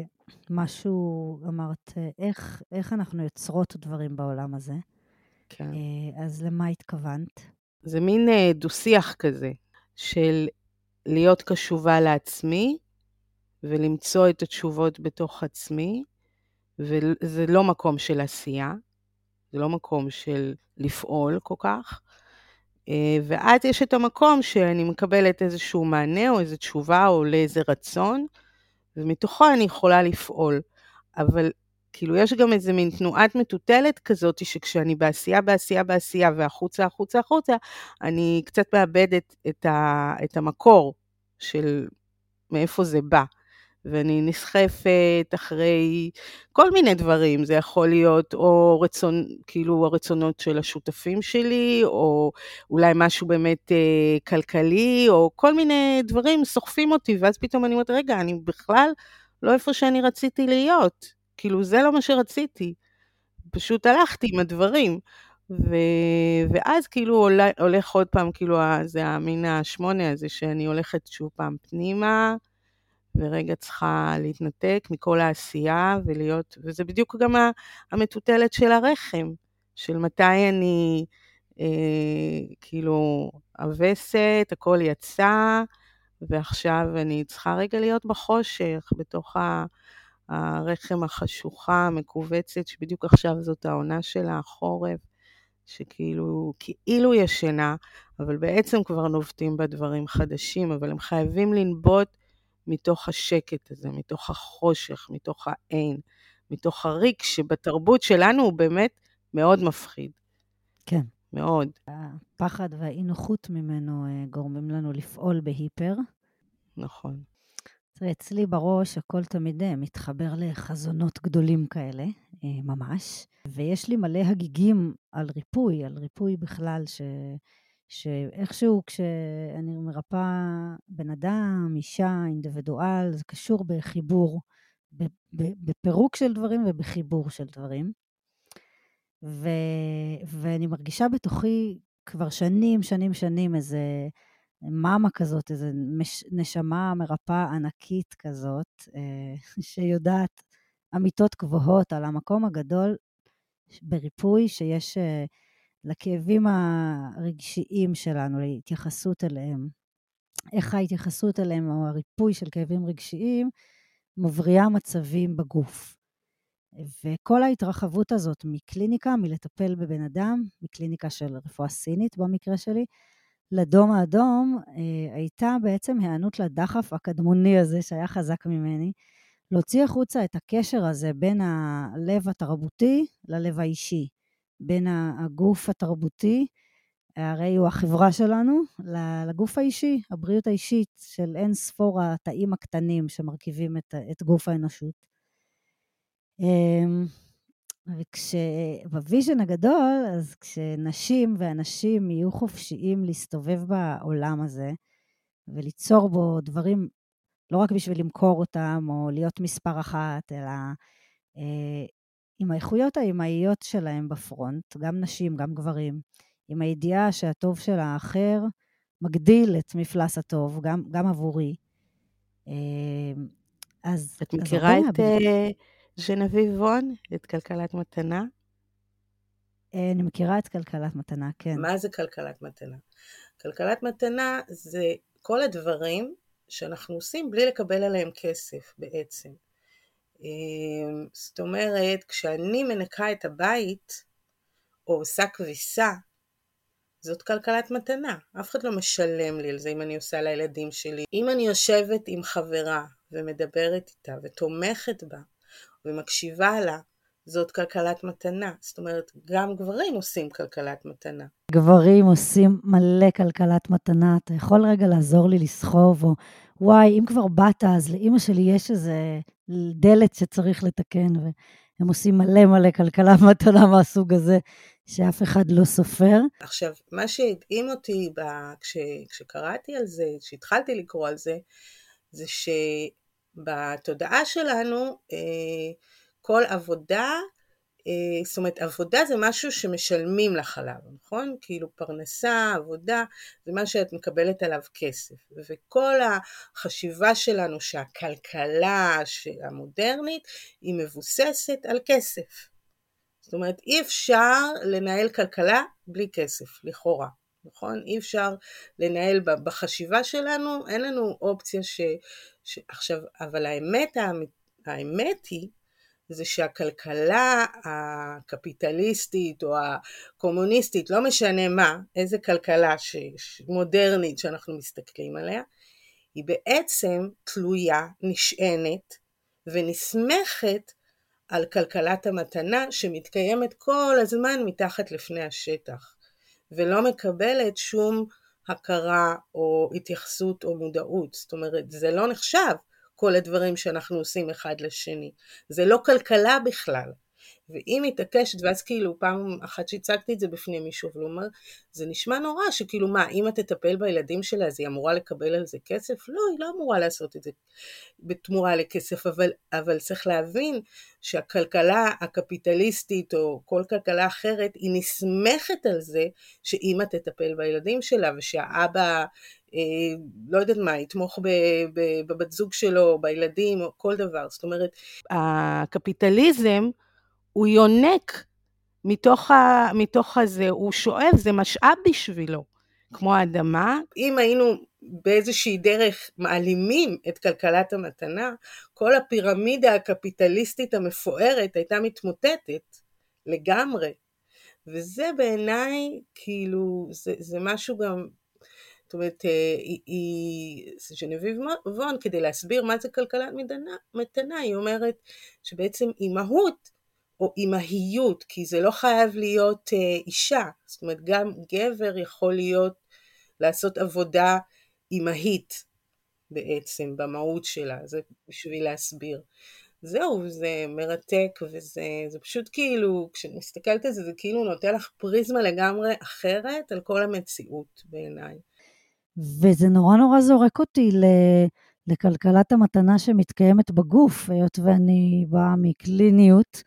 משהו, אמרת, איך אנחנו יוצרות דברים בעולם הזה. כן. אז למה התכוונת? זה מין דו-שיח כזה, של להיות קשובה לעצמי, ולמצוא את התשובות בתוך עצמי, וזה לא מקום של עשייה, זה לא מקום של לפעול כל כך, ואז יש את המקום שאני מקבלת איזשהו מענה, או איזו תשובה, או לאיזה רצון, ומתוכו אני יכולה לפעול. אבל כאילו יש גם איזה מין תנועת מטוטלת כזאת, שכשאני בעשייה, והחוצה, אני קצת מאבדת את המקור של מאיפה זה בא. ואני נסחפת אחרי כל מיני דברים, זה יכול להיות או כאילו הרצונות של השותפים שלי, או אולי משהו באמת כלכלי, או כל מיני דברים סוחפים אותי, ואז פתאום אני אומרת, רגע, אני בכלל לא איפה שאני רציתי להיות, כאילו זה לא מה שרציתי, פשוט הלכתי עם הדברים, ואז כאילו הולך עוד פעם, כאילו זה המין השמונה הזה, שאני הולכת שוב פעם פנימה, ורגע צריכה להתנתק מכל העשייה ולהיות, וזה בדיוק גם המטוטלת של הרחם, של מתי אני כאילו הווסת, הכל יצא, ועכשיו אני צריכה רגע להיות בחושך, בתוך הרחם החשוכה, המקובצת, שבדיוק עכשיו זאת העונה של החורף, כאילו ישנה, אבל בעצם כבר נובטים בדברים חדשים, אבל הם חייבים לנבוט מתוך השקט הזה, מתוך החושך, מתוך העין, מתוך הריק, שבתרבות שלנו הוא באמת מאוד מפחיד. כן. מאוד. הפחד והאי-נוחות ממנו גורמים לנו לפעול בהיפר. נכון. אצלי בראש הכל תמיד מתחבר לחזונות גדולים כאלה, ממש. ויש לי מלא הגיגים על ריפוי בכלל, שאיכשהו כשאני מרפאה בן אדם, אישה, אינדיבידואל, זה קשור בחיבור, בפירוק של דברים ובחיבור של דברים. ואני מרגישה בתוכי כבר שנים איזה מאמה כזאת, איזה נשמה מרפאה ענקית כזאת, שיודעת אמיתות גבוהות על המקום הגדול בריפוי שיש לכאבים הרגשיים שלנו, להתייחסות אליהם. איך ההתייחסות אליהם או הריפוי של כאבים רגשיים מבריאה מצבים בגוף. וכל ההתרחבות הזאת מקליניקה, מלטפל בבן אדם, מקליניקה של רפואה סינית במקרה שלי, לדום האדום, הייתה בעצם הענות לדחף הקדמוני הזה שהיה חזק ממני, להוציא החוצה את הקשר הזה בין הלב התרבותי ללב האישי, בין הגוף התרבותי, הרי הוא החברה שלנו, לגוף האישי, הבריאות האישית של אין ספור התאים הקטנים שמרכיבים את גוף האנושות. ובוויז'ן הגדול, אז כשנשים ואנשים יהיו חופשיים להסתובב בעולם הזה, וליצור בו דברים, לא רק בשביל למכור אותם, או להיות מספר אחת, אלא עם האיכויות האימהיות שלהם בפרונט, גם נשים, גם גברים, עם הידיעה שהטוב של האחר מגדיל את מפלס הטוב, גם עבורי. את מכירה את ז'נביב וון, את כלכלת מתנה? אני מכירה את כלכלת מתנה, כן. מה זה כלכלת מתנה? כלכלת מתנה זה כל הדברים שאנחנו עושים בלי לקבל עליהם כסף בעצם. זאת אומרת, כשאני מנקה את הבית, או עושה כביסה, זאת כלכלת מתנה. אף אחד לא משלם לי על זה אם אני עושה לילדים שלי. אם אני יושבת עם חברה ומדברת איתה ותומכת בה ומקשיבה לה, זאת כלכלת מתנה. זאת אומרת, גם גברים עושים כלכלת מתנה. גברים עושים מלא כלכלת מתנה. אתה יכול רגע לעזור לי לסחוב, או וואי, אם כבר באת, אז לאמא שלי יש איזה דלת שצריך לתקן, והם עושים מלא כלכלת מתנה מהסוג הזה, שאף אחד לא סופר. עכשיו, מה שהדהים אותי כשקראתי על זה, כשהתחלתי לקרוא על זה, זה שבתודעה שלנו, כל עבודה, זאת אומרת, עבודה זה משהו שמשלמים לך עליו, נכון? כאילו פרנסה, עבודה, זה מה שאת מקבלת עליו כסף. וכל החשיבה שלנו שהכלכלה המודרנית היא מבוססת על כסף. זאת אומרת, אי אפשר לנהל כלכלה בלי כסף, לכאורה. נכון? אי אפשר לנהל בחשיבה שלנו, אין לנו אופציה עכשיו, אבל האמת היא, זה שהכלכלה הקפיטליסטית או הקומוניסטית, לא משנה מה, איזה כלכלה מודרנית שאנחנו מסתכלים עליה, היא בעצם תלויה, נשענת ונסמכת על כלכלת המתנה שמתקיימת כל הזמן מתחת לפני השטח, ולא מקבלת שום הכרה או התייחסות או מודעות. זאת אומרת, זה לא נחשב כל הדברים שאנחנו עושים אחד לשני. זה לא כלכלה בכלל. ואם מתעקשת, ואז כאילו פעם אחת שהצגתי את זה בפני מישהו, והוא אומר, זה נשמע נורא שכאילו מה, אמא תטפל בילדים שלה, אז היא אמורה לקבל על זה כסף? לא, היא לא אמורה לעשות את זה בתמורה לכסף, אבל צריך להבין שהכלכלה הקפיטליסטית או כל כלכלה אחרת, היא נסמכת על זה שאמא תטפל בילדים שלה, ושהאבא, לא יודעת מה, יתמוך בבת זוג שלו, בילדים, או כל דבר. זאת אומרת, הקפיטליזם הוא יונק מתוך הזה, הוא שואב, זה משאב בשבילו, כמו האדמה. אם היינו באיזושהי דרך מעלימים את כלכלת המתנה, כל הפירמידה הקפיטליסטית המפוארת הייתה מתמוטטת לגמרי. וזה בעיניי, כאילו, זה משהו גם, זאת אומרת, ז'נביב וון, כדי להסביר מה זה כלכלת מתנה, היא אומרת שבעצם אימהות, או אימהיות, כי זה לא חייב להיות אישה, זאת אומרת גם גבר יכול לעשות עבודה אימהית בעצם במהות שלה, זה בשביל להסביר. זהו, זה מרתק, וזה פשוט כאילו, כשנסתכלת על זה, זה כאילו נותן לך פריזמה לגמרי אחרת על כל המציאות בעיניי. וזה נורא נורא זורק אותי לכלכלת המתנה שמתקיימת בגוף, היות ואני באה מקליניות,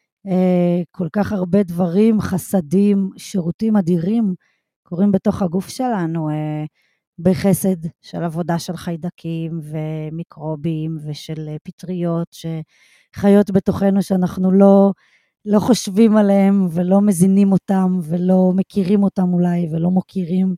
כל כך הרבה דברים, חסדים, שירותים אדירים, קורים בתוך הגוף שלנו, בחסד של עבודה של חיידקים ומיקרובים ושל פטריות שחיות בתוכנו שאנחנו לא חושבים עליהם ולא מזינים אותם ולא מכירים אותם אולי ולא מוכירים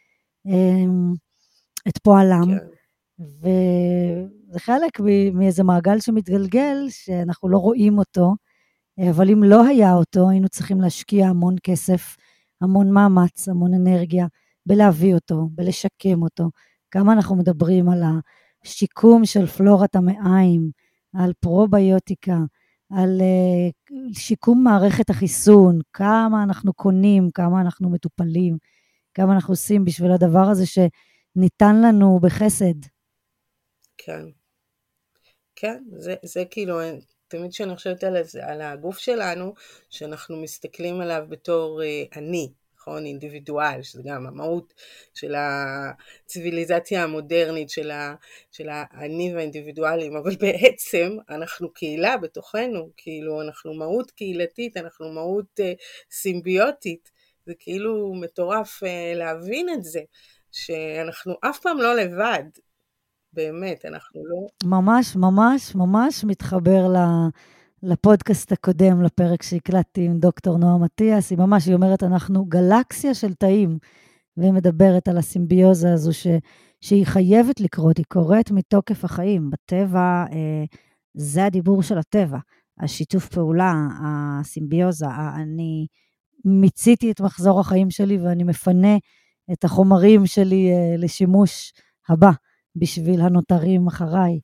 את פועלם. כן. וזה חלק מאיזה מעגל שמתגלגל שאנחנו לא רואים אותו, אבל אם לא היה אותו, היינו צריכים להשקיע המון כסף, המון מאמץ, המון אנרגיה, בלהביא אותו, בלשקם אותו. כמה אנחנו מדברים על השיקום של פלורת המעיים, על פרוביוטיקה, על שיקום מערכת החיסון, כמה אנחנו קונים, כמה אנחנו מטופלים, כמה אנחנו עושים בשביל הדבר הזה שניתן לנו בחסד. כן. כן, זה כאילו, תמיד שאני חושבת על הגוף שלנו, שאנחנו מסתכלים עליו בתור אני, נכון, אינדיבידואל, שזה גם המהות של הציביליזציה המודרנית, של האני והאינדיבידואלים, אבל בעצם אנחנו קהילה בתוכנו, כאילו אנחנו מהות קהילתית, אנחנו מהות סימביוטית, זה כאילו מטורף להבין את זה, שאנחנו אף פעם לא לבד, באמת, אנחנו לא... ממש, ממש, ממש מתחבר לפודקאסט הקודם, לפרק שהקלטתי עם דוקטור נועה מתיאס, היא ממש, היא אומרת, אנחנו גלקסיה של תאים, והיא מדברת על הסימביוזה הזו שהיא חייבת לקרות, היא קורית מתוקף החיים. בטבע, זה הדיבור של הטבע, השיתוף פעולה, הסימביוזה, אני מיציתי את מחזור החיים שלי, ואני מפנה את החומרים שלי לשימוש הבא, בשביל הנותרים אחריי.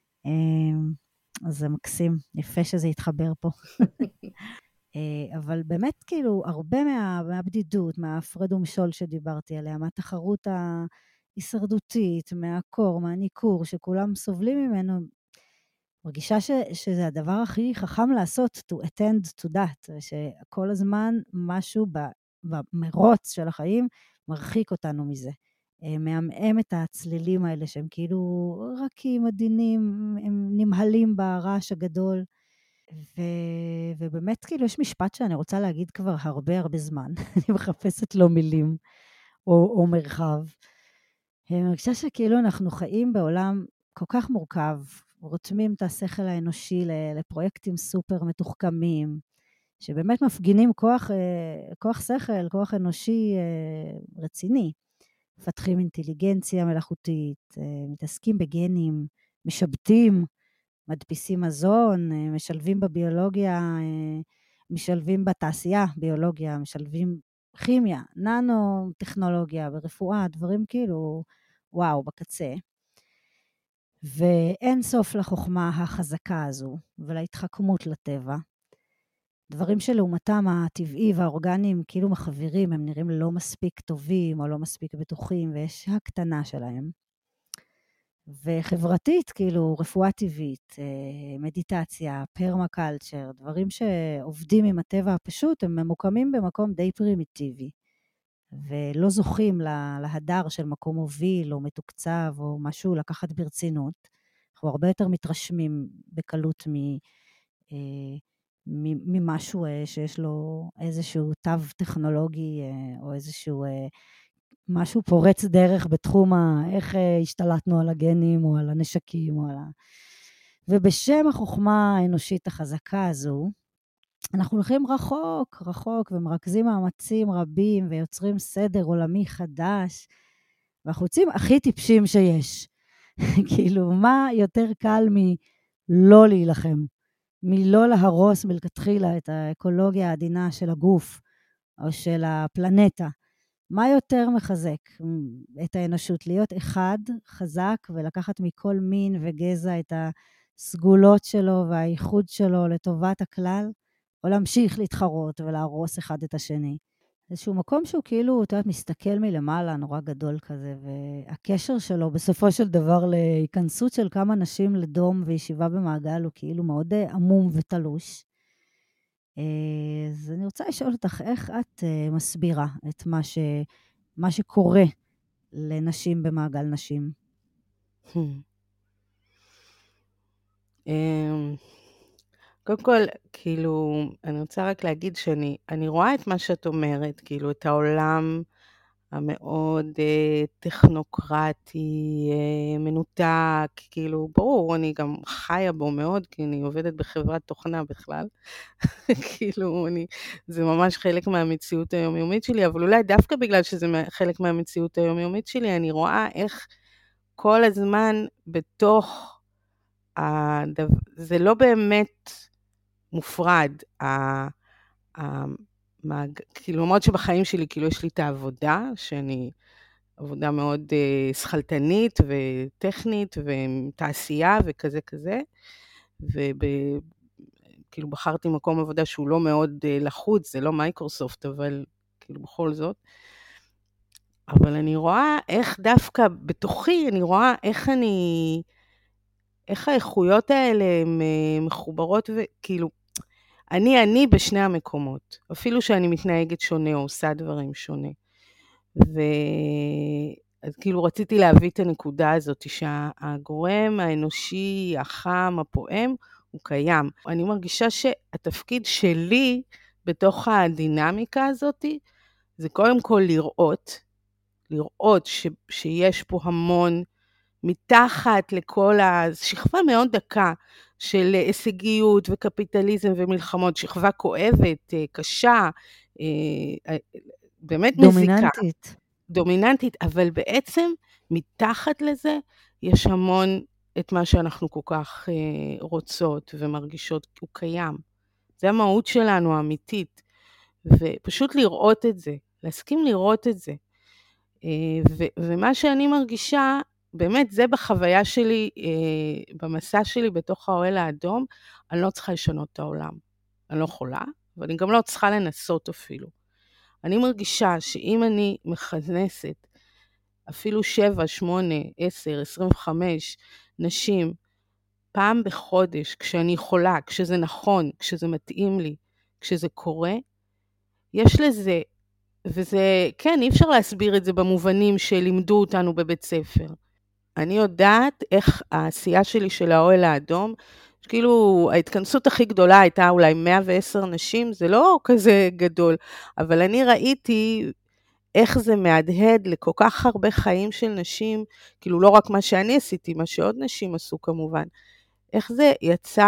אז זה מקסים, יפה שזה יתחבר פה. אבל באמת כאילו הרבה מהבדידות, מההפרד ומשול שדיברתי עליה, מהתחרות ההישרדותית, מהקור, מהניכור, שכולם סובלים ממנו, מרגישה שזה הדבר הכי חכם לעשות, to attend to that, שכל הזמן משהו במרוץ של החיים מרחיק אותנו מזה. מעמעם את הצלילים האלה שהם כאילו רכים, עדינים, הם נמהלים ברעש הגדול. ובאמת כאילו יש משפט שאני רוצה להגיד כבר הרבה הרבה זמן. אני מחפשת לו מילים או מרחב. אני חושבת שכאילו אנחנו חיים בעולם כל כך מורכב, רותמים את השכל האנושי לפרויקטים סופר מתוחכמים, שבאמת מפגינים כוח שכל, כוח אנושי רציני. מפתחים אינטליגנציה מלאכותית, מתעסקים בגנים, משבטים, מדפיסים מזון, משלבים בביולוגיה, משלבים בתעשייה, ביולוגיה, משלבים כימיה, ננו טכנולוגיה, ברפואה, דברים כאילו, וואו, בקצה. ואין סוף לחוכמה החזקה הזו, ולהתחכמות לטבע. דברים שלעומתם הטבעי והאורגניים כאילו מחבירים, הם נראים לא מספיק טובים או לא מספיק בטוחים, ויש הקטנה שלהם. וחברתית, כאילו רפואה טבעית, מדיטציה, פרמקלצ'ר, דברים שעובדים עם הטבע הפשוט, הם ממוקמים במקום די פרימיטיבי, ולא זוכים להדר של מקום מוביל או מתוקצב או משהו לקחת ברצינות. אנחנו הרבה יותר מתרשמים בקלות ממשהו שיש לו איזשהו תו טכנולוגי או איזשהו משהו פורץ דרך בתחום איך השתלטנו על הגנים או על הנשקים ובשם החוכמה האנושית החזקה הזו, אנחנו הולכים רחוק, רחוק ומרכזים מאמצים רבים ויוצרים סדר עולמי חדש, ואנחנו יוצאים הכי טיפשים שיש. כאילו, מה יותר קל מלא להילחם? מלא להרוס מלכתחילה את האקולוגיה העדינה של הגוף או של הפלנטה? מה יותר מחזק את האנושות? להיות אחד חזק ולקחת מכל מין וגזע את הסגולות שלו והייחוד שלו לטובת הכלל, או להמשיך להתחרות ולהרוס אחד את השני. איזשהו מקום שהוא כאילו, אתה יודעת, מסתכל מלמעלה, נורא גדול כזה, והקשר שלו בסופו של דבר להיכנסות של כמה נשים לדום וישיבה במעגל הוא כאילו מאוד עמום ותלוש. אז אני רוצה לשאול אותך, איך את מסבירה את מה שקורה לנשים במעגל נשים? קודם כל, כאילו, אני רוצה רק להגיד שאני רואה את מה שאת אומרת, כאילו, את העולם המאוד טכנוקרטי, מנותק, כאילו, ברור, אני גם חיה בו מאוד, כי אני עובדת בחברת תוכנה בכלל. כאילו, זה ממש חלק מהמציאות היומיומית שלי, אבל אולי דווקא בגלל שזה חלק מהמציאות היומיומית שלי, אני רואה איך כל הזמן בתוך זה לא באמת מופרד, כאילו, למרות שבחיים שלי, כאילו, יש לי את העבודה, שאני עבודה מאוד שכלתנית וטכנית ותעשייה וכזה כזה, כאילו, בחרתי מקום עבודה שהוא לא מאוד לחוץ, זה לא מייקרוסופט, אבל כאילו, בכל זאת. אבל אני רואה איך דווקא בתוכי, אני רואה איך האיכויות האלה הן מחוברות, וכאילו, אני בשני המקומות, אפילו שאני מתנהגת שונה או עושה דברים שונה. אז כאילו רציתי להביא את הנקודה הזאת, שהגורם האנושי, החם, הפועם, הוא קיים. אני מרגישה שהתפקיד שלי בתוך הדינמיקה הזאת, זה קודם כל לראות שיש פה המון, מתחת לכל השכבה מאוד דקה של הישגיות וקפיטליזם ומלחמות, שכבה כואבת, קשה, באמת מזיקה. דומיננטית, אבל בעצם מתחת לזה יש המון את מה שאנחנו כל כך רוצות ומרגישות, הוא קיים. זה המהות שלנו האמיתית, ופשוט לראות את זה, להסכים לראות את זה. ומה שאני מרגישה, באמת זה בחוויה שלי, במסע שלי בתוך האוהל האדום, אני לא צריכה לשנות את העולם. אני לא יכולה, אבל אני גם לא צריכה לנסות אפילו. אני מרגישה שאם אני מכנסת אפילו 7, 8, 10, 25 נשים פעם בחודש, כשאני יכולה, כשזה נכון, כשזה מתאים לי, כשזה קורה, יש לזה, וזה, כן, אי אפשר להסביר את זה במובנים שלימדו אותנו בבית ספר. אני יודעת איך העשייה שלי של האוהל האדום, כאילו ההתכנסות הכי גדולה הייתה אולי 110 נשים, זה לא כזה גדול, אבל אני ראיתי איך זה מהדהד לכל כך הרבה חיים של נשים, כאילו לא רק מה שאני עשיתי, מה שעוד נשים עשו כמובן, איך זה יצר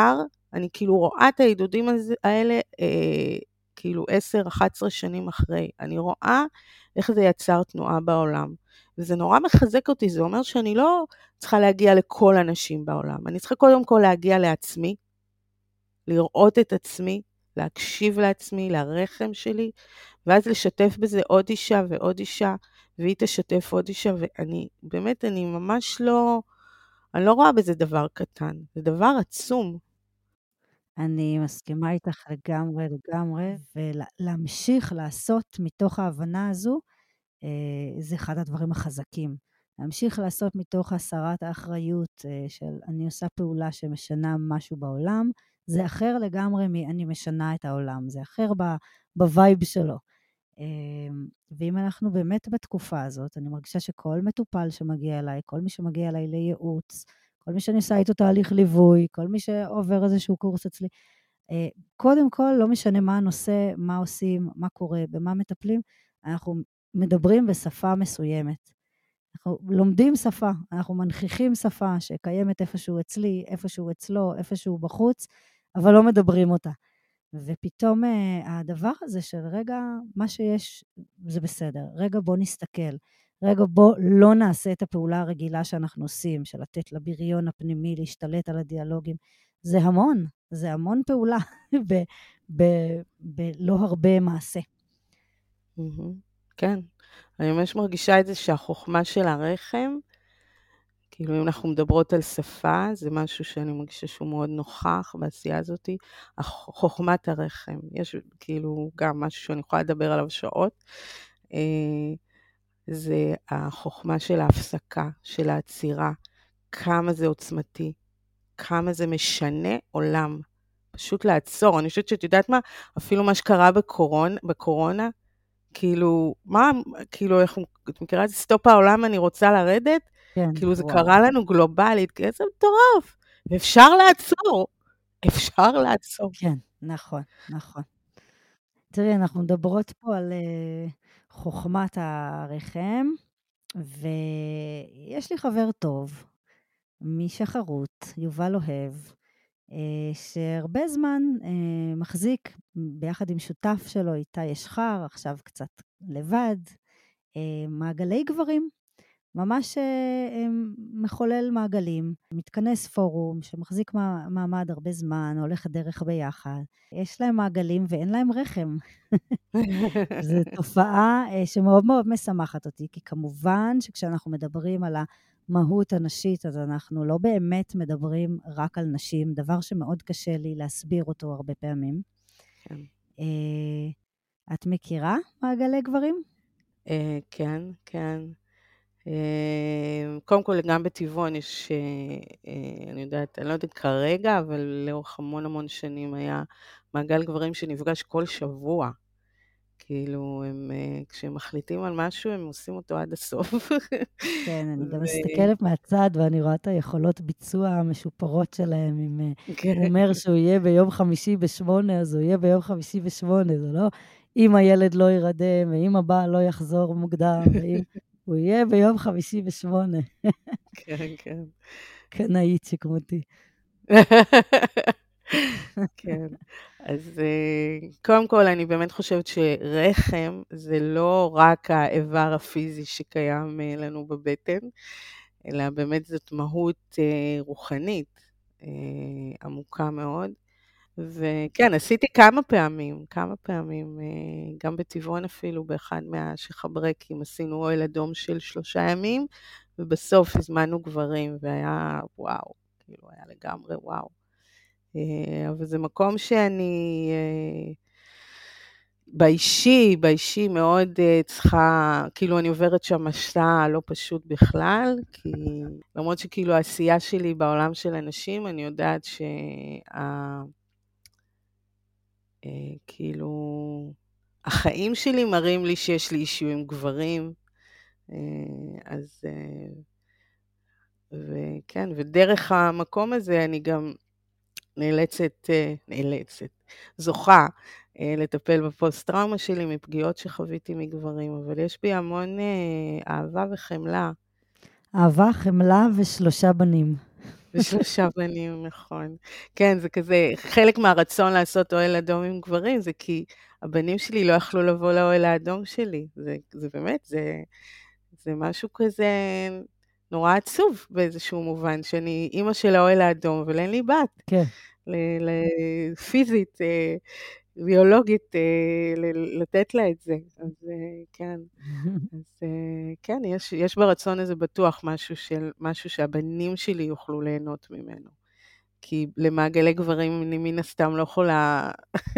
אני כאילו רואה את העידודים האלה, כאילו 10-11 שנים אחרי. אני רואה איך זה יצר תנועה בעולם. וזה נורא מחזק אותי, זה אומר שאני לא צריכה להגיע לכל אנשים בעולם. אני צריכה קודם כל להגיע לעצמי, לראות את עצמי, להקשיב לעצמי, לרחם שלי, ואז לשתף בזה עוד אישה ועוד אישה, והיא תשתף עוד אישה, ואני, באמת, אני ממש לא, אני לא רואה בזה דבר קטן, זה דבר עצום. אני מסכימה איתך לגמרי, לגמרי, ולהמשיך לעשות מתוך ההבנה הזו, זה אחד הדברים החזקים. להמשיך לעשות מתוך הסרת האחריות של אני עושה פעולה שמשנה משהו בעולם, זה אחר לגמרי מ"אני משנה את העולם", זה אחר בווייב שלו. ואם אנחנו באמת בתקופה הזאת, אני מרגישה שכל מטופל שמגיע אליי, כל מי שמגיע אליי לייעוץ, כל מי שאני עושה איתו תהליך ליווי, כל מי שעובר איזשהו קורס אצלי, קודם כל, לא משנה מה הנושא, מה עושים, מה קורה, במה מטפלים, אנחנו מדברים בשפה מסוימת. אנחנו לומדים שפה, אנחנו מנכיחים שפה שקיימת איפשהו אצלי, איפשהו אצלו, איפשהו בחוץ, אבל לא מדברים אותה. ופתאום הדבר הזה של רגע, מה שיש זה בסדר, רגע בוא נסתכל, רגע בוא לא נעשה את הפעולה הרגילה שאנחנו עושים, של לתת לבריון הפנימי להשתלט על הדיאלוגים, זה המון פעולה בלא הרבה מעשה. כן, אני ממש מרגישה את זה שהחוכמה של הרחם, כאילו אם אנחנו מדברות על שפה, זה משהו שאני מרגישה שהוא מאוד נוכח בעשייה הזאת, חוכמת הרחם, יש כאילו גם משהו שאני יכולה לדבר עליו שעות, זה החוכמה של ההפסקה, של העצירה, כמה זה עוצמתי, כמה זה משנה עולם, פשוט לעצור. אני חושבת שאת יודעת מה, אפילו מה שקרה בקורונה, כאילו, כאילו, את מכירה את זה, סטופ העולם, אני רוצה לרדת? כן, כאילו, זה וואו. קרה לנו גלובלית, זה מטורף, ואפשר לעצור, אפשר לעצור. כן, נכון, נכון. תראי, אנחנו מדברות פה על חוכמת הרחם, ויש לי חבר טוב, משחרות, יובל אוהב, שהרבה זמן מחזיק ביחד עם שותף שלו, איתי ישחר, עכשיו קצת לבד, מעגלי גברים. ממש מחולל מעגלים, מתכנס פורום שמחזיק מעמד הרבה זמן, הולך דרך ביחד. יש להם מעגלים ואין להם רחם. זו תופעה שמאוד מאוד משמחת אותי, כי כמובן שכשאנחנו מדברים על המהות הנשית, אז אנחנו לא באמת מדברים רק על נשים, דבר שמאוד קשה לי להסביר אותו הרבה פעמים. כן. את מכירה מעגלי גברים? כן, כן. קודם כל, גם בטבעון יש, אני לא יודעת כרגע, אבל לאורך המון המון שנים היה מעגל גברים שנפגש כל שבוע. כאילו, כשהם מחליטים על משהו, הם עושים אותו עד הסוף. כן, אני גם מסתכלת מהצד ואני רואה את היכולות ביצוע המשופרות שלהם. אם הוא אומר שהוא יהיה ביום חמישי ב8, אז הוא יהיה ביום חמישי ב8, זה לא אם הילד לא יירדם, ואם הבעל לא יחזור מוקדם, ואם הוא יהיה ביום חמישי ב8. כן, כן. קנאית שכמותי. כן. אז קודם כל, אני באמת חושבת שרחם זה לא רק האיבר הפיזי שקיים לנו בבטן, אלא באמת זאת מהות רוחנית עמוקה מאוד. וכן, עשיתי כמה פעמים, גם בטבעון אפילו, באחד מהשחברקים, עשינו אוהל אדום של 3 ימים, ובסוף הזמנו גברים, והיה וואו, כאילו היה לגמרי וואו. אבל זה מקום שאני באישי מאוד צריכה, כאילו אני עוברת שם מסע לא פשוט בכלל, כי למרות שכאילו העשייה שלי בעולם של אנשים, אני יודעת כאילו החיים שלי מראים לי שיש לי אישו עם גברים, אז וכן, ודרך המקום הזה אני גם זוכה לטפל בפוסט-טראומה שלי מפגיעות שחוויתי מגברים, אבל יש בי המון אהבה וחמלה. אהבה, חמלה ו3 בנים. ושלושה בנים, נכון. כן, זה כזה, חלק מהרצון לעשות אוהל אדום עם גברים, זה כי הבנים שלי לא יכלו לבוא לאוהל האדום שלי. זה באמת, זה משהו כזה נורא עצוב באיזשהו מובן, שאני אימא של האוהל האדום, אבל אין לי בת. כן. פיזית, ביולוגית, לתת לה את זה. אז כן. אז כן, יש ברצון הזה בטוח משהו שהבנים שלי יוכלו ליהנות ממנו. כי למעגלי גברים אני מן הסתם לא יכולה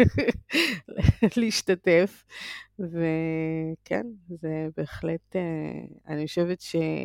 להשתתף. וכן, זה בהחלט, אני חושבת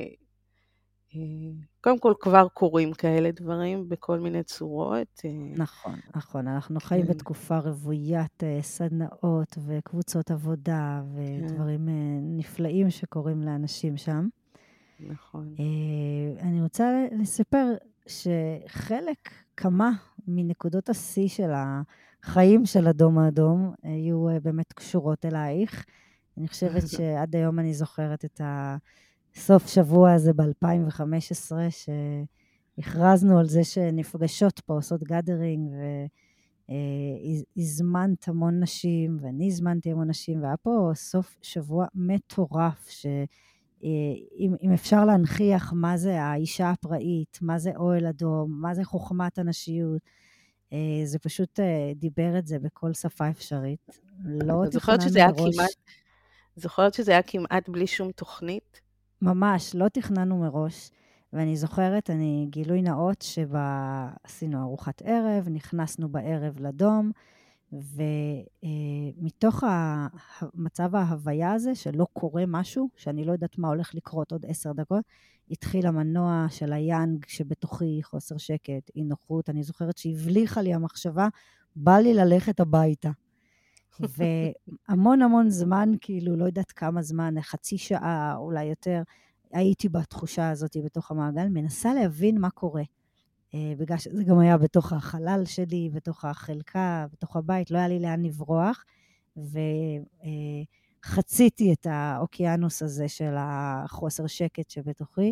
קודם כל כבר קורים כאלה דברים בכל מיני צורות. נכון, נכון. אנחנו חיים כן, בתקופה רוויית סדנאות וקבוצות עבודה כן, ודברים נפלאים שקורים לאנשים שם. נכון. אני רוצה לספר שחלק, כמה מנקודות השיא של החיים של אדום האדום היו באמת קשורות אלייך. אני חושבת שעד היום אני זוכרת את הסוף שבוע הזה ב-2015, שהכרזנו על זה שנפגשות פה, עושות גאדרינג, והזמנת המון נשים, ואני הזמנתי המון נשים, והיה פה סוף שבוע מטורף, אם אפשר להנכיח מה זה האישה הפראית, מה זה אוהל אדום, מה זה חוכמת הנשיות, זה פשוט דיבר את זה בכל שפה אפשרית. לא את זוכרת תכננו שזה היה מראש. זוכרת שזה היה כמעט בלי שום תוכנית? ממש, לא תכננו מראש. ואני זוכרת, גילוי נאות עשינו ארוחת ערב, נכנסנו בערב לדום, ומתוך מצב ההוויה הזה, שלא קורה משהו, שאני לא יודעת מה הולך לקרות עוד 10 דקות, התחיל המנוע של היאנג שבתוכי, חוסר שקט, אי נוחות. אני זוכרת שהבליחה לי המחשבה, בא לי ללכת הביתה. והמון המון זמן, כאילו, לא יודעת כמה זמן, חצי שעה, אולי יותר, הייתי בתחושה הזאת בתוך המעגל, מנסה להבין מה קורה. בגלל שזה גם היה בתוך החלל שלי, בתוך החלקה, בתוך הבית, לא היה לי לאן לברוח, וחציתי את האוקיינוס הזה של החוסר שקט שבתוכי,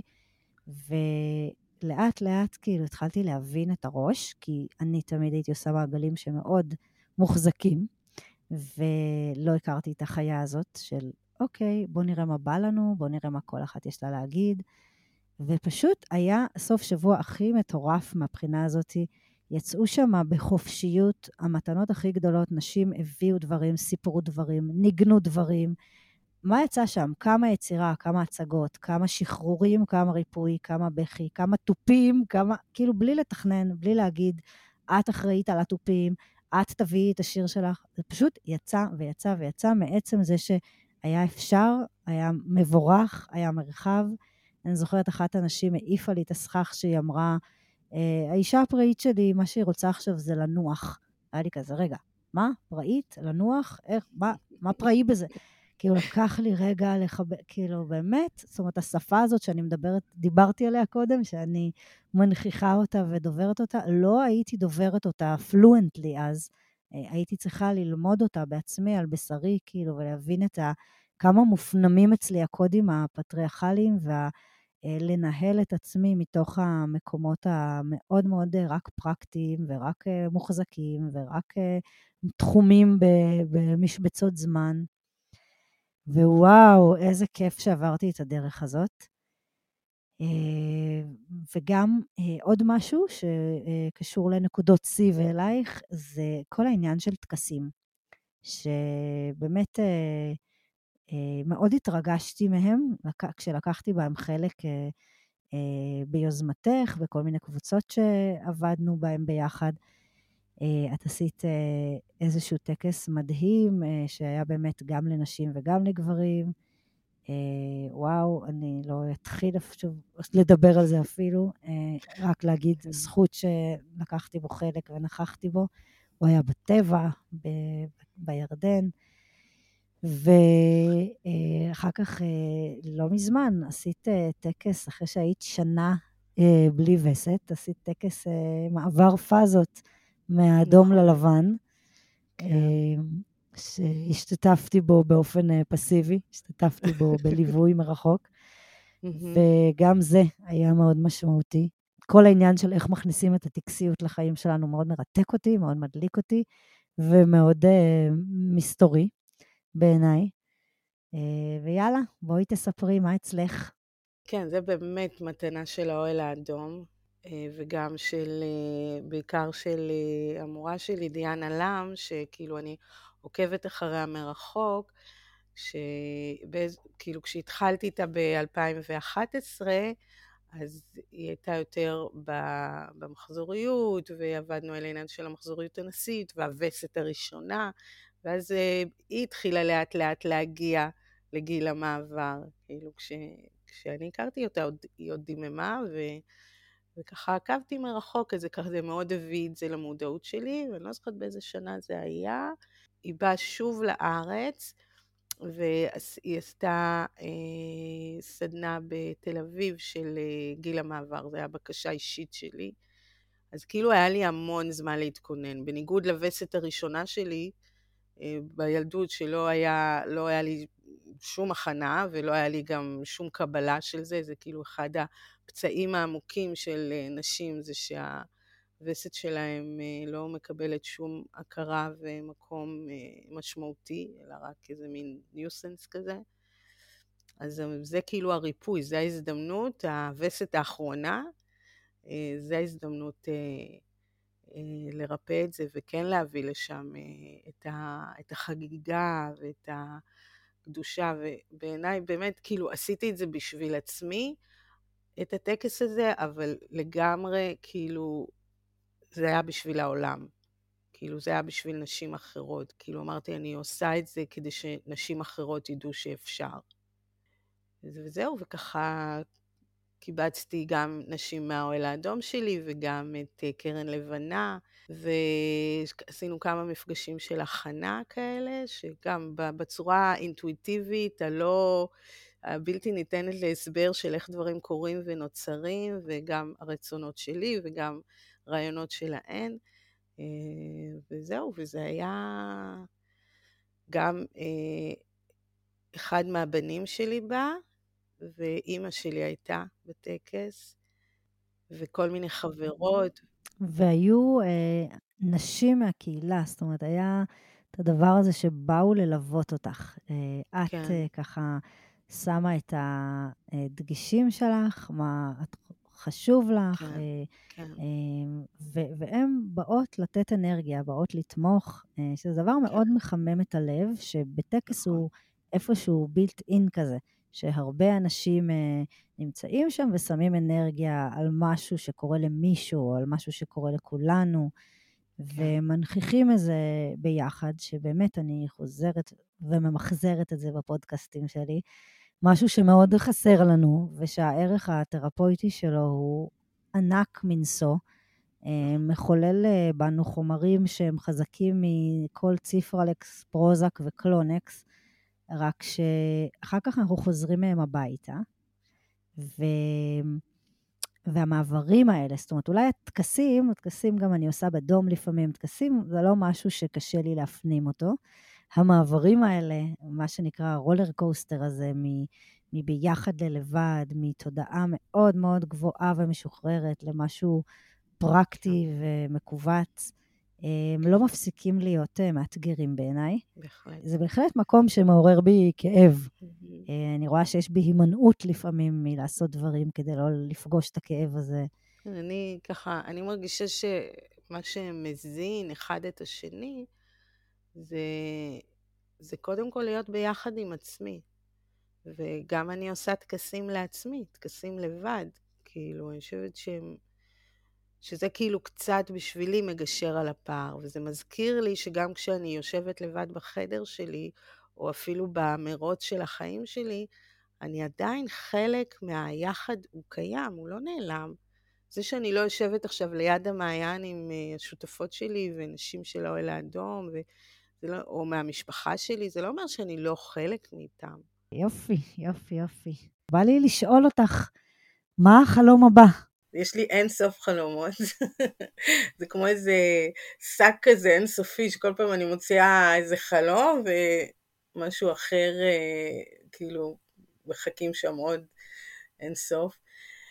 ולאט לאט כאילו התחלתי להבין את הראש, כי אני תמיד הייתי עושה מעגלים שמאוד מוחזקים, ולא הכרתי את החיה הזאת של, אוקיי, בוא נראה מה בא לנו, בוא נראה מה כל אחת יש לה להגיד, ופשוט היה סוף שבוע הכי מטורף מהבחינה הזאת. יצאו שם בחופשיות, המתנות הכי גדולות, נשים הביאו דברים, סיפרו דברים, ניגנו דברים. מה יצא שם? כמה יצירה, כמה הצגות, כמה שחרורים, כמה ריפוי, כמה בכי, כמה טופים, כאילו בלי לתכנן, בלי להגיד, את אחראית על הטופים, את תביאי את השיר שלך. זה פשוט יצא ויצא ויצא מעצם זה שהיה אפשר, היה מבורך, היה מרחב. אני זוכרת אחת הנשים העיפה לי את הסכך שהיא אמרה, האישה הפראית שלי, מה שהיא רוצה עכשיו זה לנוח. היה לי כזה, רגע, מה? פראית? לנוח? איך? מה פראי בזה? כאילו לקח לי רגע כאילו באמת, זאת אומרת, השפה הזאת שאני דיברתי עליה קודם, שאני מנכיחה אותה ודוברת אותה, לא הייתי דוברת אותה פלואנטלי אז, הייתי צריכה ללמוד אותה בעצמי על בשרי, כאילו, ולהבין כמה מופנמים אצלי הקודים הפטריארכליים, לנהל את עצמי מתוך המקומות המאוד מאוד רק פרקטיים, ורק מוחזקים, ורק תחומים במשבצות זמן. ווואו, איזה כיף שעברתי את הדרך הזאת. וגם עוד משהו שקשור לנקודות C ואלייך, זה כל העניין של טקסים, שבאמת מאוד התרגשתי מהם, כשלקחתי בהם חלק ביוזמתך, וכל מיני קבוצות שעבדנו בהם ביחד. את עשית איזשהו טקס מדהים, שהיה באמת גם לנשים וגם לגברים. וואו, אני לא אתחיל שוב לדבר על זה אפילו, רק להגיד זכות שלקחתי בו חלק ונכחתי בו. הוא היה בטבע, בירדן, ואחר כך, לא מזמן, עשית טקס, אחרי שהיית שנה בלי וסת, עשית טקס מעבר פאזות מהאדום ללבן, שהשתתפתי בו באופן פסיבי, השתתפתי בו בליווי מרחוק, וגם זה היה מאוד משמעותי, כל העניין של איך מכניסים את הטקסיות לחיים שלנו מאוד מרתק אותי, מאוד מדליק אותי, ומאוד מסתורי בעיניי. ויאללה, בואי תספרי מה אצלך. כן, זה באמת מתנה של האוהל האדום, וגם בעיקר של המורה שלי, דיאנה לם, שכאילו אני עוקבת אחריה מרחוק, כאילו כשהתחלתי איתה ב-2011, אז היא הייתה יותר במחזוריות, ועבדנו על העניין של המחזוריות הנשית, והווסת הראשונה, ואז היא התחילה לאט לאט להגיע לגיל המעבר. כאילו כשאני הכרתי אותה, היא עוד דיממה, וככה עקבתי מרחוק, אז זה ככה, זה מאוד הביא את זה למודעות שלי, ואני לא זוכרת באיזה שנה זה היה. היא באה שוב לארץ, והיא עשתה סדנה בתל אביב של גיל המעבר, זו הייתה בקשה אישית שלי. אז כאילו היה לי המון זמן להתכונן, בניגוד לווסת הראשונה שלי, בילדות שלא היה לי שום הכנה, ולא היה לי גם שום קבלה של זה, זה כאילו אחד הפצעים העמוקים של נשים, זה שהווסת שלהם לא מקבלת שום הכרה ומקום משמעותי, אלא רק איזה מין ניוסנס כזה. אז זה כאילו הריפוי, זה ההזדמנות, הווסת האחרונה, זה ההזדמנות לרפא את זה, וכן להביא לשם את החגיגה ואת הקדושה, ובעיניי באמת כאילו עשיתי את זה בשביל עצמי, את הטקס הזה, אבל לגמרי כאילו זה היה בשביל העולם, כאילו זה היה בשביל נשים אחרות, כאילו אמרתי אני עושה את זה כדי שנשים אחרות ידעו שאפשר. וזהו, וככה קיבצתי גם נשים מהאוהל האדום שלי וגם את קרן לבנה, ועשינו כמה מפגשים של הכנה כאלה, שגם בצורה אינטואיטיבית, הבלתי ניתנת להסבר של איך דברים קורים ונוצרים, וגם הרצונות שלי וגם רעיונות שלהן. וזהו, וזה היה גם אחד מהבנים שלי בה, ואימא שלי הייתה בטקס, וכל מיני חברות. והיו נשים מהקהילה, זאת אומרת, היה את הדבר הזה שבאו ללוות אותך. את כן, ככה שמה את הדגשים שלך, מה חשוב לך, כן, כן, והן באות לתת אנרגיה, באות לתמוך, שזה דבר כן, מאוד מחמם את הלב, שבטקס נכון, הוא איפשהו built in כזה, שהרבה אנשים נמצאים שם ושמים אנרגיה על משהו שקורה למישהו, או על משהו שקורה לכולנו, כן, ומנכיחים את זה ביחד, שבאמת אני חוזרת וממחזרת את זה בפודקאסטים שלי, משהו שמאוד חסר לנו, ושהערך התרפויטי שלו הוא ענק מנשוא, נכון, מחולל בנו חומרים שהם חזקים מכל ציפרלקס, פרוזק וקלונקס, רק שאחר כך אנחנו חוזרים מהם הביתה, והמעברים האלה, זאת אומרת, אולי הטקסים גם אני עושה בדום לפעמים, טקסים זה לא משהו שקשה לי להפנים אותו. המעברים האלה, מה שנקרא הרולר קוסטר הזה, מביחד ללבד, מתודעה מאוד מאוד גבוהה ומשוחררת למשהו כן, פרקטי ומקובץ, הם כן, לא מפסיקים להיות מאתגרים בעיניי. בהחלט. זה בהחלט מקום שמעורר בי כאב. מהמם. אני רואה שיש בי הימנעות לפעמים מלעשות דברים כדי לא לפגוש את הכאב הזה. אני ככה, אני מרגישה שמה שמזין אחד את השני, זה, זה קודם כל להיות ביחד עם עצמי. וגם אני עושה טקסים לעצמי, טקסים לבד. כאילו, אני חושבת שזה כאילו קצת בשבילי מגשר על הפער, וזה מזכיר לי שגם כשאני יושבת לבד בחדר שלי, או אפילו במרוץ של החיים שלי, אני עדיין חלק מהיחד, הוא קיים, הוא לא נעלם. זה שאני לא יושבת עכשיו ליד המעיין עם השותפות שלי ונשים של האוהל האדום, או מהמשפחה שלי, זה לא אומר שאני לא חלק מאיתם. יופי, יופי, יופי. בא לי לשאול אותך, מה החלום הבא? יש לי אין סוף חלומות. זה כמו איזה שק כזה אינסופי, שכל פעם אני מוציאה איזה חלום, ומשהו אחר, כאילו, מחכים שם עוד אין סוף.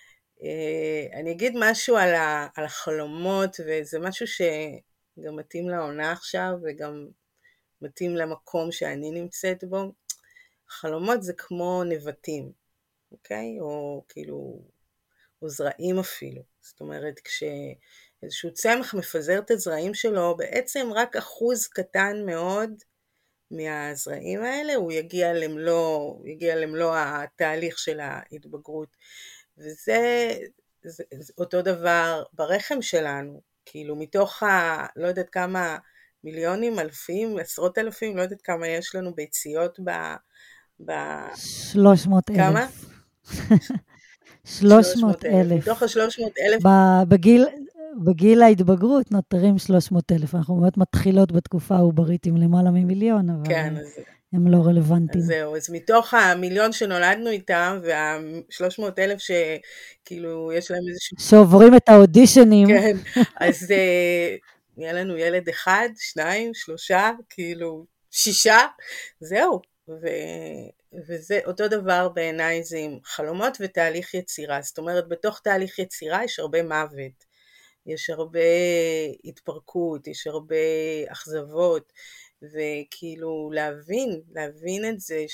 אני אגיד משהו על החלומות, וזה משהו שגם מתאים לעונה עכשיו, וגם מתאים למקום שאני נמצאת בו. חלומות זה כמו נבטים, אוקיי? או כאילו, או זרעים אפילו. זאת אומרת, כשאיזשהו צמח מפזר את הזרעים שלו, בעצם רק אחוז קטן מאוד מהזרעים האלה, הוא יגיע למלוא התהליך של ההתבגרות. וזה זה אותו דבר ברחם שלנו, כאילו מתוך לא יודעת כמה מיליונים, אלפים, עשרות אלפים, לא יודעת כמה יש לנו ביציות 300,000. 300,000. מתוך ה-300,000. בגיל ההתבגרות נותרים 300,000. אנחנו באמת מתחילות בתקופה העוברית עם למעלה ממיליון, אבל כן, הם לא רלוונטיים. זהו, אז מתוך המיליון שנולדנו איתם, וה-300,000 שכאילו יש להם איזשהו... שעוברים את האודישנים. כן, אז יהיה לנו ילד 1, 2, 3, כאילו 6, זהו. וזה אותו דבר בעיניי, זה עם חלומות ותהליך יצירה. זאת אומרת, בתוך תהליך יצירה יש הרבה מוות, יש הרבה התפרקות, יש הרבה אכזבות, וכאילו להבין את זה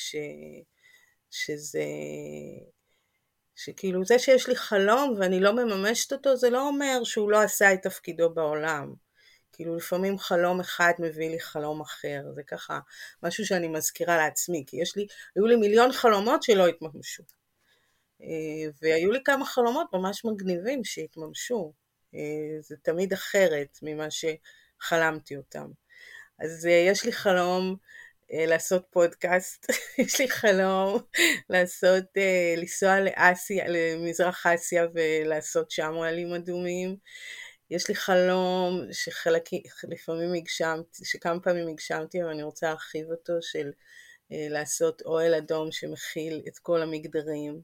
שכאילו זה שיש לי חלום ואני לא מממשת אותו, זה לא אומר שהוא לא עשה את תפקידו בעולם. כאילו לפעמים חלום אחד מביא לי חלום אחר, זה ככה משהו שאני מזכירה לעצמי, כי היו לי מיליון חלומות שלא התממשו. והיו לי כמה חלומות ממש מגניבים שהתממשו. זה תמיד אחרת ממה שחלמתי אותם. אז יש לי חלום לעשות פודקאסט, יש לי חלום לנסוע למזרח אסיה ולעשות שם אוהלים אדומים. יש לי חלום שכמה פעמים הגשמתי, אבל אני רוצה להרחיב אותו, של לעשות אוהל אדום שמכיל את כל המגדרים.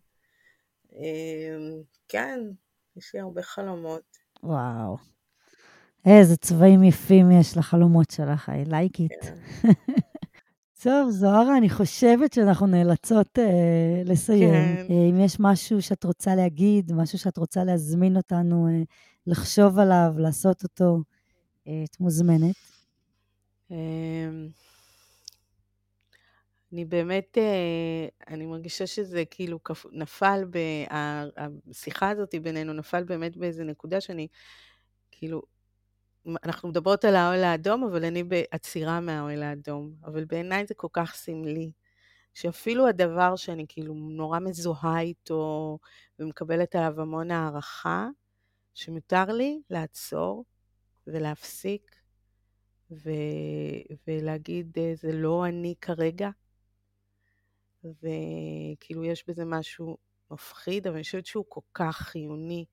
כן, יש לי הרבה חלומות. וואו. איזה צבעים יפים יש לחלומות שלך, I like it. טוב, זוהרה, אני חושבת שאנחנו נאלצות לסיים. כן. אם יש משהו שאת רוצה להגיד, משהו שאת רוצה להזמין אותנו לחשוב עליו, לעשות אותו, את מוזמנת. אני באמת, אני מרגישה שזה כאילו נפל, השיחה הזאת בינינו נפל באמת באיזה נקודה שאני, כאילו, אנחנו מדברות על האוהל האדום, אבל אני בעצירה מהאוהל האדום. אבל בעיניי זה כל כך סמלי, שאפילו הדבר שאני כאילו נורא מזוהה איתו, ומקבלת עליו המון הערכה, שמותר לי לעצור ולהפסיק, ולהגיד, זה לא אני כרגע, וכאילו יש בזה משהו מפחיד, אבל אני חושבת שהוא כל כך חיוני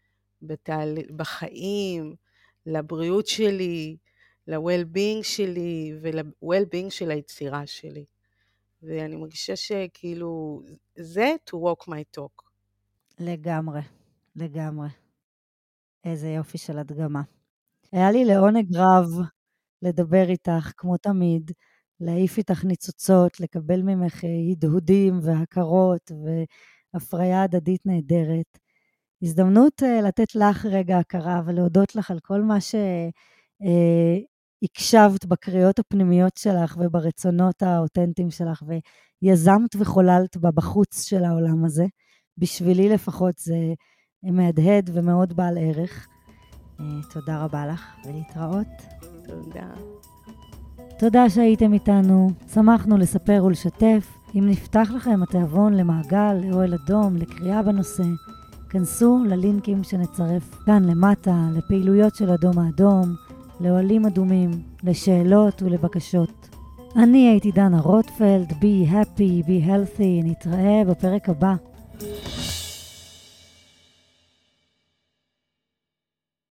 בחיים, לבריאות שלי, ל-well-being שלי, ול-well-being של היצירה שלי. ואני מרגישה שכאילו, זה to walk my talk. לגמרי, לגמרי. איזה יופי של הדגמה. היה לי לעונג רב לדבר איתך, כמו תמיד, להעיף איתך ניצוצות, לקבל ממך הדהודים והכרות והפריה הדדית נהדרת. הזדמנות לתת לך רגע הכרה ולהודות לך על כל מה שהקשבת בקריאות הפנימיות שלך וברצונות האותנטיים שלך, ויזמת וחוללת בחוץ של העולם הזה. בשבילי לפחות זה מהדהד ומאוד בעל ערך. תודה רבה לך ולהתראות. תודה. תודה שהייתם איתנו, שמחנו לספר ולשתף. אם נפתח לכם התיאבון למעגל, לאוהל אדום, לקריאה בנושא, כנסו ללינקים שנצרף כאן למטה, לפעילויות של אדום האדום, לאוהלים אדומים, לשאלות ולבקשות. אני הייתי דנה רוטפלד, be happy, be healthy, נתראה בפרק הבא.